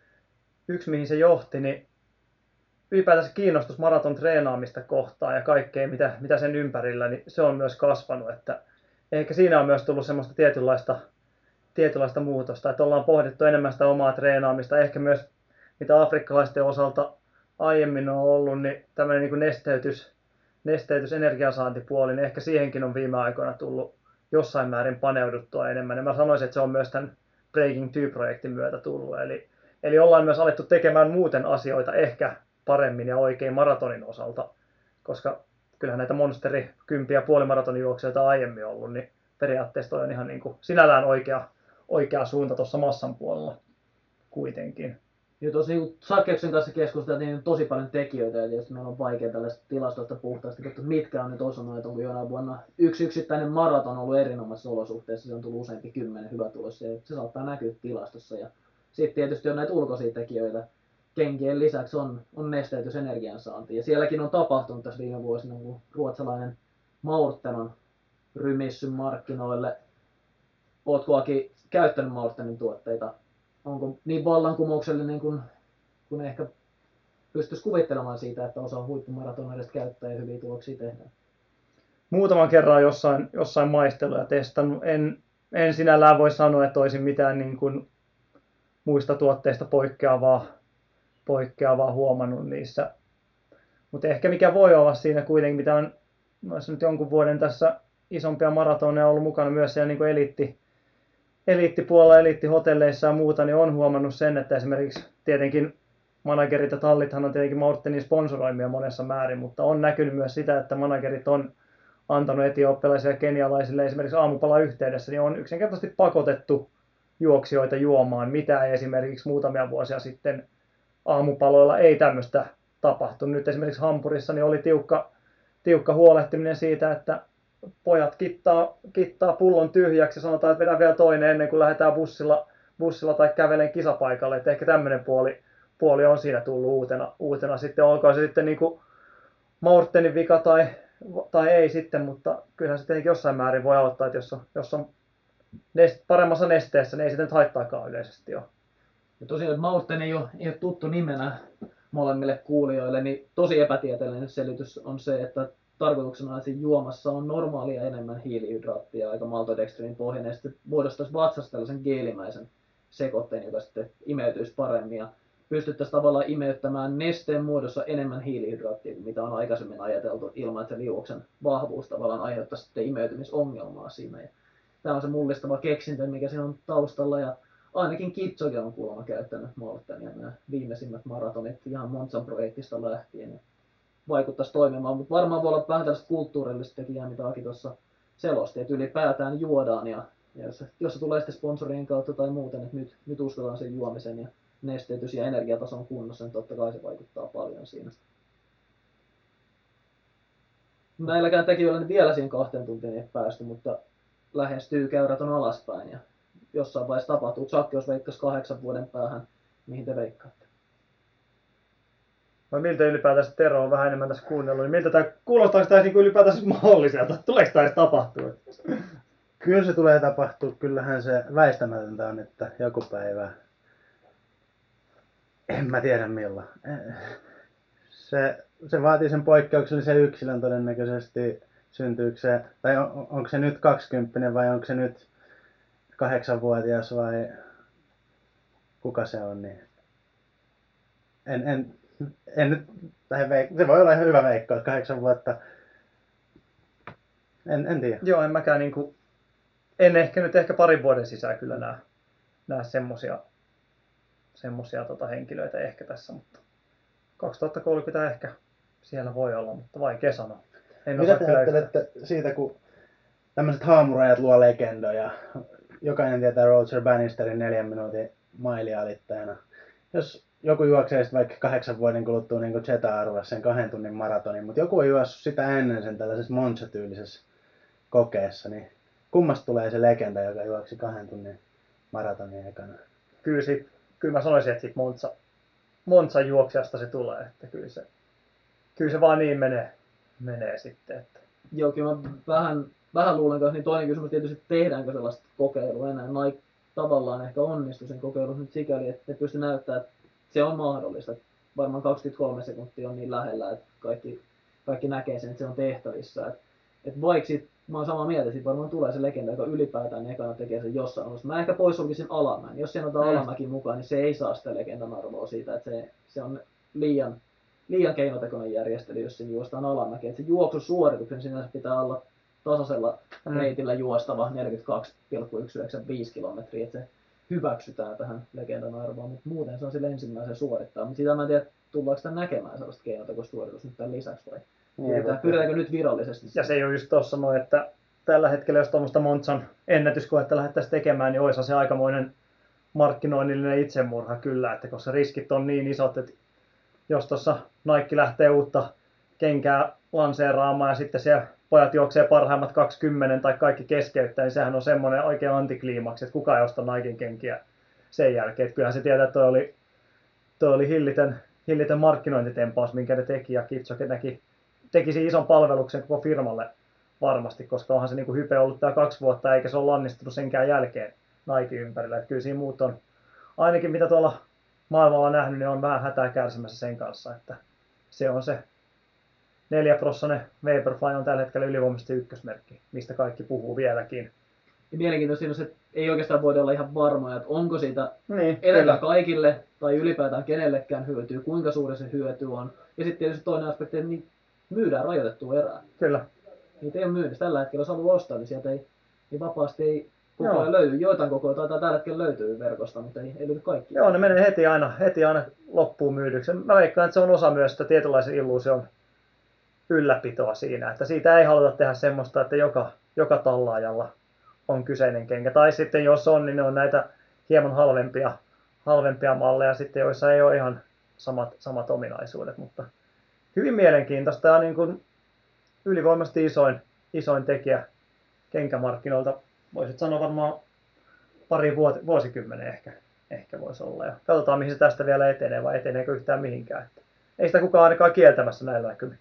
yksi, mihin se johti, niin ylipäätään se kiinnostus maraton treenaamista kohtaan ja kaikkea, mitä, mitä sen ympärillä, niin se on myös kasvanut. Että ehkä siinä on myös tullut semmoista tietynlaista, tietynlaista muutosta, että ollaan pohdittu enemmän sitä omaa treenaamista. Ehkä myös, mitä afrikkalaisten osalta aiemmin on ollut, niin tämmöinen niin kuin nesteytys, nesteytys, energiansaantipuoli, niin ehkä siihenkin on viime aikoina tullut jossain määrin paneuduttua enemmän. Ja mä sanoisin, että se on myös tämän Breaking two-projektin myötä tullut. Eli, eli ollaan myös alettu tekemään muuten asioita ehkä paremmin ja oikein maratonin osalta, koska kyllähän näitä monsteri kympi- ja puolimaratonijuoksijoita aiemmin ollut, niin periaatteessa toi on ihan niin kuin sinällään oikea, oikea suunta tuossa massan puolella kuitenkin. Ja tosi niin Sakeksen kanssa keskusteltiin, niin on tosi paljon tekijöitä ja tietysti meillä on vaikea tällaista tilastoista puhtaasti, että mitkä on nyt osunut, että onko jonain vuonna yksi yksittäinen maraton ollut erinomaisissa olosuhteissa, se on tullut useampi kymmenen hyvä tulos ja se saattaa näkyä tilastossa. Ja sitten tietysti on näitä ulkoisia tekijöitä. Kenkien lisäksi on, on nesteytys energiansaanti. Ja sielläkin on tapahtunut tässä viime vuosina, kun ruotsalainen Maurten on rymissy markkinoille. Ootko Aki käyttänyt Maurtenin tuotteita? Onko niin vallankumouksellinen kuin, kuin ehkä pystyisi kuvittelemaan siitä, että osa huippumaratoneista käyttää ja hyviä tuloksia tehdään? Muutaman kerran jossain, jossain maistellut ja testannut. En, en sinällään voi sanoa, että olisin mitään niin kuin muista tuotteista poikkeavaa. poikkeavaa huomannut niissä. Mutta ehkä mikä voi olla siinä kuitenkin, mitä on noissa nyt jonkun vuoden tässä isompia maratoneja ollut mukana myös siellä niin eliitti, eliittipuolella, eliittihotelleissa ja muuta, niin on huomannut sen, että esimerkiksi tietenkin managerit ja tallithan on tietenkin Maurtenin sponsoroimia monessa määrin, mutta on näkynyt myös sitä, että managerit on antanut etiopialaisille ja kenialaisille esimerkiksi aamupalan yhteydessä, niin on yksinkertaisesti pakotettu juoksijoita juomaan, mitä ei esimerkiksi muutamia vuosia sitten aamupaloilla ei tämmöistä tapahtunut. Nyt esimerkiksi Hampurissa niin oli tiukka, tiukka huolehtiminen siitä, että pojat kittaa, kittaa pullon tyhjäksi ja sanotaan, että vedään vielä toinen ennen kuin lähdetään bussilla, bussilla tai kävelen kisapaikalle. Että ehkä tämmöinen puoli, puoli on siinä tullut uutena. uutena. Sitten olkoon se sitten niin kuin Maurtenin vika tai, tai ei sitten, mutta kyllähän se tietenkin jossain määrin voi auttaa, että jos on, jos on nest, paremmassa nesteessä, niin ei sitä nyt haittaakaan yleisesti ole. Ja tosiaan, että Maurten ei ole, ei ole tuttu nimenä molemmille kuulijoille, niin tosi epätieteellinen selitys on se, että tarkoituksena siinä juomassa on normaalia enemmän hiilihydraattia, aika maltodextriinin pohjainen, ja sitten muodostaisi vatsasta tällaisen geelimäisen sekoitteen, joka sitten imeytyisi paremmin, ja pystyttäisiin tavallaan imeyttämään nesteen muodossa enemmän hiilihydraattia, mitä on aikaisemmin ajateltu, ilman että se liuoksen vahvuus tavallaan aiheuttaisi sitten imeytymisongelmaa siinä. Ja tämä on se mullistava keksintö, mikä siinä on taustalla, ja ainakin Kipchoge on kuulemma käyttänyt Maurtenia nämä viimeisimmät maratonit ihan Monzan projektista lähtien. Vaikuttaisi toimimaan, mutta varmaan voi olla vähän tällaista kulttuurillista tekijää, mitä Aki tuossa selosti, että ylipäätään juodaan ja, ja jos, jos se tulee sitten sponsorien kautta tai muuten, että nyt, nyt uskotaan sen juomisen ja nesteytys ja energiatason kunnossa, niin totta kai se vaikuttaa paljon siinä. Näilläkään tekijöillä vielä siihen kahteen tuntiin ei päästy, mutta lähestyy käyrät on alaspäin ja jossain vaiheessa tapahtuu. Tsakki jos veikkasi kahdeksan vuoden päähän, mihin te veikkaatte? Vai miltä ylipäätään se Tero on vähän enemmän tässä kuunnellut, niin miltä tämä kuulostaako tämä niin ylipäätään mahdolliselta? Tuleeko tämä edes tapahtua? Kyllä se tulee tapahtua, kyllähän se väistämätöntä on, että joku päivä, en mä tiedä milloin. Se se vaatii sen poikkeuksellisen yksilön todennäköisesti. Syntyykö se, tai on, onko se nyt kaksikymppinen vai onko se nyt kahdeksanvuotias vai kuka se on, niin en, en, en nyt, tai veik- se voi olla ihan hyvä veikko, että kahdeksan vuotta, en, en tiedä. Joo, en mäkään niinku, en ehkä nyt ehkä parin vuoden sisään kyllä näe, näe semmosia, semmosia tota henkilöitä ehkä tässä, mutta kaksituhattakolmekymmentä ehkä siellä voi olla, mutta vaikea sanoa. En Mitä osaa te kyllä ajattelette yhtään. siitä, kun tämmöiset haamurajat luo legendoja? Jokainen tietää Roger Bannisterin neljän minuutin mailialittajana. Jos joku juoksee sitten vaikka kahdeksan vuoden kuluttua niin kuin Zeta arvasi sen kahden tunnin maratonin, mutta joku on juossut sitä ennen sen tällaisessa Monza-tyylisessä kokeessa, niin kummasta tulee se legenda, joka juoksi kahden tunnin maratonin ekana? Kyllä, sit, kyllä mä sanoisin, että siitä Monza, Monza juoksijasta se tulee, että kyllä se, kyllä se vaan niin menee, menee sitten. Että. Joo, kyllä mä vähän, vähän luulen kanssa, niin toinen kysymys tietysti, että tehdäänkö sellaista kokeilua enää. Nike tavallaan ehkä onnistui sen kokeilun nyt sikäli, että ne pysty näyttämään, että se on mahdollista. Varmaan kaksikymmentäkolme sekuntia on niin lähellä, että kaikki, kaikki näkee sen, että se on tehtävissä. Että, että vaikka sit, mä oon samaa mieltä, että varmaan tulee se legenda, joka ylipäätään ekana tekee sen jossain osassa. Mä ehkä poissulkisin Alamäen. Jos siinä otetaan mm. Alamäki mukaan, niin se ei saa sitä legendan arvoa siitä, että se, se on liian, liian keinotekoinen järjestely, jos siinä juostaan Alamäki. Että se juoksusuorituksen sinänsä pitää olla tasaisella mm. reitillä juostava neljäkymmentäkaksi pilkku yksisataayhdeksänkymmentäviisi kilometriä, että se hyväksytään tähän legendan arvoon, mutta muuten se on sille ensimmäisen suorittaa. Mutta sitä mä en tiedä, tullaanko sitä näkemään sellaista keinotekoista suoritusta nyt tämän lisäksi vai pyritään, pyritäänkö nyt virallisesti? Ja se ei ole just tuossa noin, että tällä hetkellä jos tuommoista Monzan ennätyskoetta lähdettäisiin tekemään, niin olisi se aikamoinen markkinoinnillinen itsemurha kyllä, että koska riskit on niin isot, että jos tuossa Nike lähtee uutta kenkää lanseeraamaan ja sitten siellä pojat juoksee parhaimmat kaksikymmentä tai kaikki keskeyttää, niin sehän on semmoinen oikein antikliimaksi, että kukaan ei osta Niken kenkiä sen jälkeen. Että kyllähän se tietää, että toi oli, toi oli hillitön, hillitön markkinointitempaus, minkä ne teki, ja Kipchoge näki, tekisi ison palveluksen koko firmalle varmasti, koska onhan se niin kuin hype ollut tämä kaksi vuotta, eikä se ole lannistunut senkään jälkeen Nike ympärillä. Että kyllä siinä muut on, ainakin mitä tuolla maailmalla on nähnyt, niin on vähän hätää kärsimässä sen kanssa, että se on se neljäprossainen Vaporfly on tällä hetkellä ylivoimaisesti ykkösmerkki, mistä kaikki puhuu vieläkin. Ja mielenkiintoista siinä on se, että ei oikeastaan voida olla ihan varmoja, että onko siitä niin, edellä kaikille tai ylipäätään kenellekään hyötyä, kuinka suuri se hyöty on. Ja sitten tietysti toinen aspekti, että niin myydään rajoitettua erää. Kyllä. Niitä ei ole myynnissä. Tällä hetkellä, jos haluaa ostaa, niin sieltä ei, ei vapaasti ei koko ajan löydy. Joitain koko ajan taitaa tällä hetkellä löytyy verkosta, mutta ei, ei löydy kaikki. Joo, ne menee heti aina, heti aina loppuun myydyksi. Mä veikkaan, että se on osa myös sitä tietynlaisen illuusion ylläpitoa siinä, että siitä ei haluta tehdä semmoista, että joka, joka tallaajalla on kyseinen kenkä. Tai sitten jos on, niin ne on näitä hieman halvempia, halvempia malleja sitten, joissa ei ole ihan samat, samat ominaisuudet. Mutta hyvin mielenkiintoista ja niin kuin ylivoimaisesti isoin, isoin tekijä kenkämarkkinoilta. Voisit sanoa varmaan pari vuot, vuosikymmenen ehkä, ehkä voisi olla. Ja katsotaan, mihin se tästä vielä etenee vai eteneekö yhtään mihinkään. Että ei sitä kukaan ainakaan kieltämässä näillä näkymin.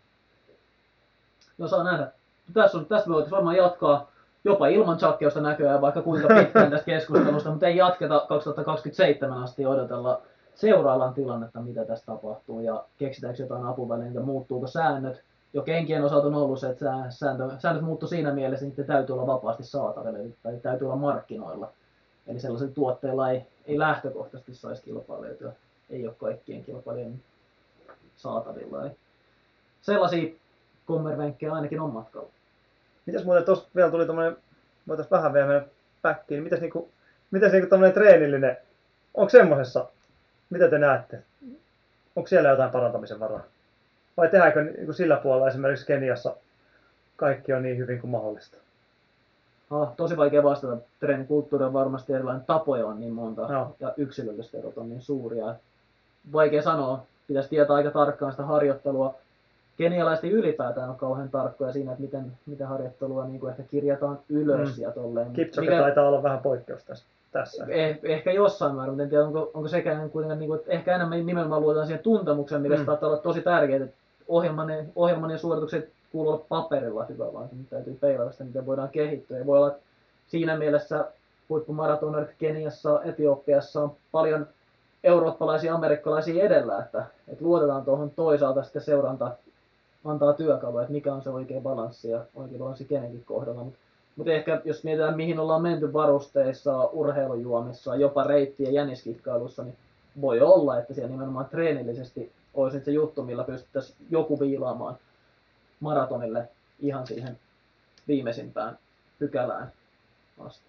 No saa nähdä. Tässä, on, tässä me voitaisiin varmaan jatkaa jopa ilman tsakkeusta näköjään vaikka kuinka pitkään tästä keskustelusta, mutta ei jatketa kaksituhattakaksikymmentäseitsemän asti ja odotella. Seuraillaan tilannetta, mitä tässä tapahtuu ja keksitäänkö jotain apuvälineitä, muuttuuko säännöt. Jo kenkien osalta on ollut se, että sääntö, säännöt muuttuu siinä mielessä, että täytyy olla vapaasti saatavilla tai täytyy olla markkinoilla. Eli sellaisilla tuotteilla ei, ei lähtökohtaisesti saisi kilpailijoita, ei ole kaikkien kilpailijoiden saatavilla. Eli sellaisia kommervenkkejä ainakin on matkalla. Mitäs muuten tuossa vielä tuli tommonen, voitais vähän vielä mennä päkkiin, niin mitäs niinku, mitäs niinku tommonen treenillinen, onko semmosessa, mitä te näette? Onko siellä jotain parantamisen varaa? Vai tehdäänkö niinku sillä puolella esimerkiksi Keniassa kaikki on niin hyvin kuin mahdollista? Ah, tosi vaikea vastata. Treenikulttuuri on varmasti erilainen, tapoja on niin monta no. ja yksilölliset erot on niin suuria. Vaikea sanoa, pitäisi tietää aika tarkkaan sitä harjoittelua. Kenialaiset ylipäätään on kauhean tarkkoja siinä, että miten, miten harjoittelua niin kuin ehkä kirjataan ylös mm. ja tolleen. Kipchoge mikä... taitaa olla vähän poikkeus tässä. tässä. Eh, ehkä jossain määrin, mutta en tiedä, onko, onko sekään kuitenkaan, niin kuin, että ehkä enemmän nimenomaan luotaan siihen tuntemukseen, mikä mm. saattaa olla tosi tärkeää, että ohjelman, ohjelman ja suoritukset kuuluu olla paperilla hyvä, vaan täytyy peilata sitä, miten voidaan kehittyä. Ja voi olla, että siinä mielessä huippumaratonarit Keniassa, Etiopiassa on paljon eurooppalaisia, amerikkalaisia edellä, että, että luotetaan tuohon toisaalta sitten seuranta antaa työkaluja, että mikä on se oikea balanssi ja oikea balanssi kenenkin kohdalla. Mutta mut ehkä jos mietitään, mihin ollaan menty varusteissa, urheilujuomissa, jopa reitti- ja jäniskikkailussa, niin voi olla, että siellä nimenomaan treenillisesti olisi nyt se juttu, millä pystyttäisiin joku viilaamaan maratonille ihan siihen viimeisimpään pykälään asti.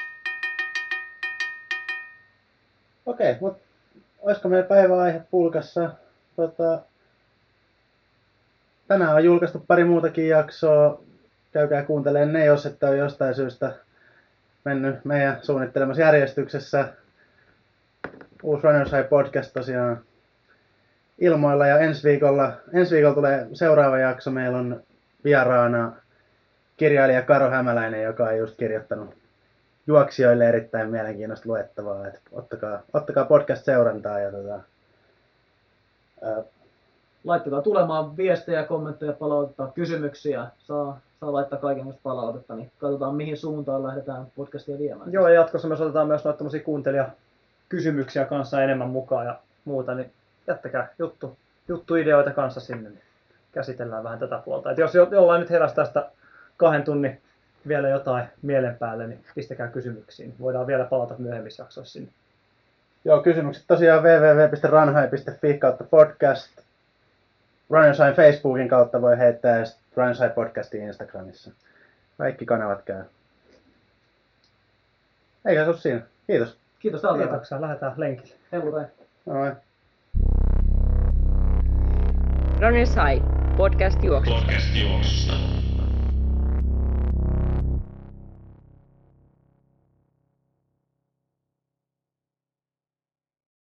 Okei, mutta olisiko meillä päiväaihe pulkassa? Tota, tänään on julkaistu pari muutakin jaksoa. Käykää kuuntelemaan ne, jos ette ole jostain syystä mennyt meidän suunnittelemassa järjestyksessä. Uusi Runners High podcast tosiaan ilmoilla ja ensi viikolla, ensi viikolla tulee seuraava jakso. Meillä on vieraana kirjailija Karo Hämäläinen, joka on just kirjoittanut juoksijoille erittäin mielenkiintoista luettavaa. Et ottakaa, ottakaa podcast-seurantaa. Ja tota, ää... Laittakaa tulemaan viestejä, kommentteja, palautetta, kysymyksiä. Saa, saa laittaa kaikenlaista palautetta, niin katsotaan mihin suuntaan lähdetään podcastia viemään. Joo, ja jatkossa me otetaan myös noita kuuntelijakysymyksiä kanssa enemmän mukaan ja muuta, niin jättäkää juttu, juttuideoita kanssa sinne, niin käsitellään vähän tätä puolta. Et jos jollain nyt heräsi tästä kahden tunnin vielä jotain mielen päälle, niin pistäkää kysymyksiin. Voidaan vielä palata myöhemmissä jaksoissa sinne. Joo, kysymykset tosiaan double-u double-u double-u piste runhigh piste fi kautta podcast. Runners High Facebookin kautta voi heittää ja sitten Runners High podcastin Instagramissa. Kaikki kanavat käy. Eikä se ole siinä. Kiitos. Kiitos täältä. Kiitoksia. Lähdetään lenkille. Hellutai. Noin. Runners High, podcast juoksusta. Podcast juoksusta.